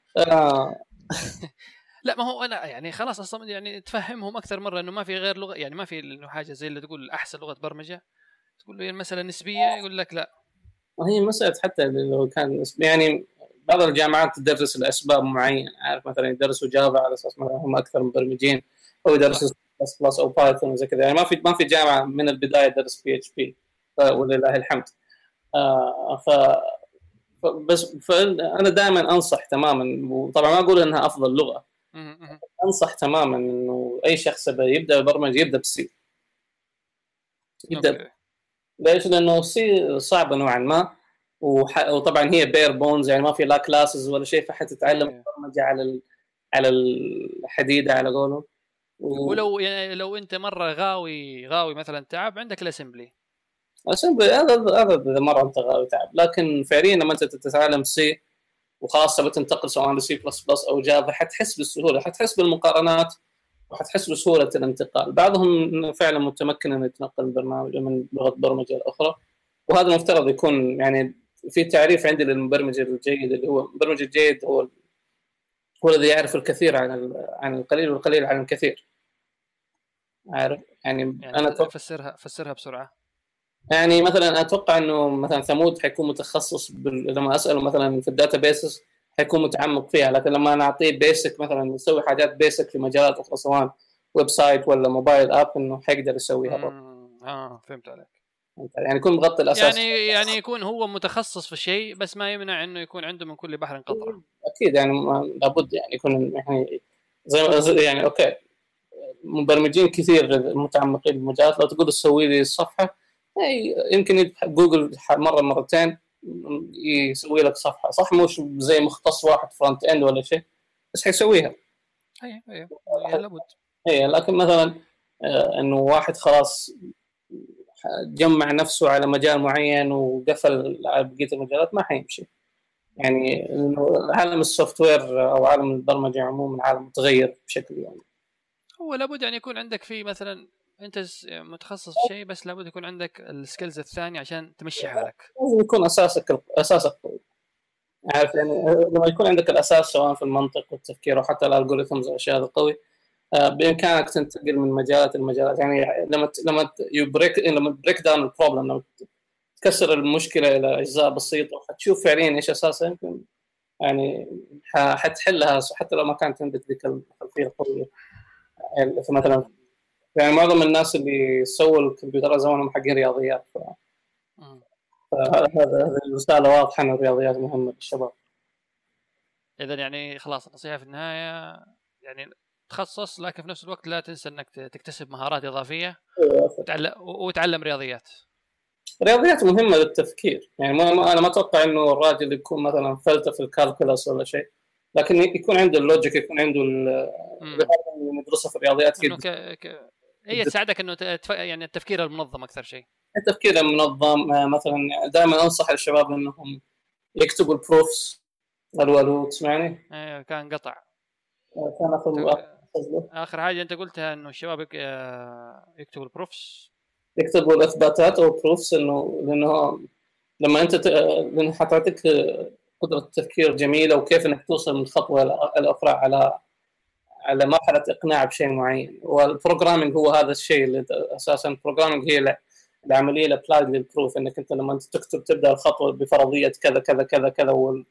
لا ما هو انا يعني خلاص اصلا يعني تفهمهم اكثر مره انه ما في غير لغه، يعني ما في انه حاجه زي اللي تقول احسن لغه برمجه تقول له المساله نسبيه، يقول لك لا. وهي مساله حتى لو كان يعني بعض الجامعات تدرس الاسباب معينه، عارف مثلا يدرسوا جافا على اساس مثلا هم اكثر مبرمجين، او يدرسوا بلس او بايثون زي كذا، يعني ما في جامعه من البدايه تدرس PHP ولله الحمد. فانا دائما انصح تماما، وطبعا ما اقول انها افضل لغه، انصح تماما انه اي شخص يبدا البرمجه يبدا بسي. ليش؟ لانه سي صعبه نوعا ما، وطبعا هي بير بونز، يعني ما في لا كلاسز ولا شيء، فحتتعلم البرمجه على الحديده على قولهم. ولو يعني لو انت مره غاوي مثلا تعب، عندك الاسمبلي هذا مره انت غاوي تعب. لكن فعليا لما انت تتعلم سي وخاصه بتنتقل سواء لسي بلس بلس او جافا، حتحس بالسهوله، حتحس بالمقارنات، وحتحس بسهوله الانتقال. بعضهم فعلا متمكن انه يتنقل من لغه برمجه لاخرى، وهذا المفترض يكون يعني في تعريف عندي للمبرمج الجيد، اللي هو المبرمج الجيد هو الذي يعرف الكثير عن القليل والقليل عن الكثير. عارف يعني أنا فسرها بسرعة. يعني مثلا اتوقع انه مثلا ثمود حيكون متخصص لما اساله مثلا في الداتابيسز حيكون متعمق فيها، لكن لما انا اعطيه بيسك مثلا يسوي حاجات بيسك في مجالات اخرى سواء ويب سايت ولا موبايل اب انه حيقدر يسويها برضه. فهمت عليك. يعني يكون مغطي الاساس، يعني يكون هو متخصص في شيء بس ما يمنع انه يكون عنده من كل بحر قطره. اكيد يعني لابد يعني يكون يعني زي يعني اوكي مبرمجين كثير متعمقين بالمجالات، لو تقول تسوي لي الصفحه يمكن جوجل مره مرتين يسوي لك صفحه صح، مش زي مختص واحد فرونت اند ولا شيء، بس حيسويها. ايوه لابد. لكن مثلا انه واحد خلاص جمع نفسه على مجال معين وقفل على بقيه المجالات ما حيمشي. يعني عالم السوفت وير او عالم البرمجه عموما عالم متغير بشكل يعني. هو لابد ان يكون عندك في مثلا انت متخصص في شيء، بس لابد يكون عندك السكيلز الثانيه عشان تمشي حالك. لازم يكون اساسك قوي. عارف يعني لما يكون عندك الاساس سواء في المنطق والتفكير او حتى الالجوريثمز والاشياء هذا قوي، بامكانك تنتقل من مجالات المجالات. يعني لما بريك داون البروبلم، لما تكسر المشكله الى اجزاء بسيطه وحتشوف فعليا ايش اساسها، يمكن يعني حتحلها حتى لو ما كانت عندك ذيك الخلفيه القويه. يعني مثلا يعني معظم الناس اللي سووا الكمبيوتر زمانهم حقين رياضيات، هذا الرساله واضحه ان الرياضيات مهمه للشباب. اذا يعني خلاص النصيحه في النهايه يعني تخصص، لكن في نفس الوقت لا تنسى انك تكتسب مهارات اضافيه وتعلم رياضيات. رياضيات مهمه للتفكير. يعني انا ما اتوقع انه الراجل يكون مثلا فلته في الكالكولاس ولا شيء، لكن يكون عنده اللوجيك، يكون عنده المدرسه في الرياضيات هي تساعدك انه يعني التفكير المنظم اكثر شيء. التفكير المنظم. مثلا دائما انصح الشباب انهم يكتبوا البروفس. الو تسمعني؟ ايوه كان قطع. كان اخر حاجه انت قلتها انه الشباب يكتبوا البروفس، يكتبوا الاثباتات او بروفس، لانه لما انت لانه حتعطيك قدره تفكير جميله وكيف انك توصل من الخطوه الاخرى على مرحله اقناع بشيء معين. والبروجرامينج هو هذا الشيء اللي اساسا البروجرامينج هي العمليه الابلايد للبروف، انك انت لما انت تكتب تبدا الخطوه بفرضيه كذا كذا كذا كذا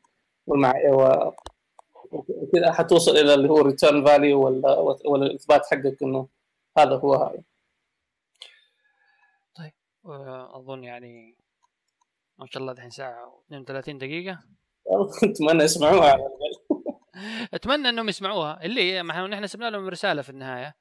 وكذا حتوصل الى اللي هو ريتيرن فاليو ولا الاثبات حقك انه هذا هو هذا. طيب اظن يعني ما شاء الله دحين ساعه و32 دقيقه. اتمنى يسمعوها. اتمنى انهم يسمعوها، اللي نحن سمعنا لهم رساله في النهايه.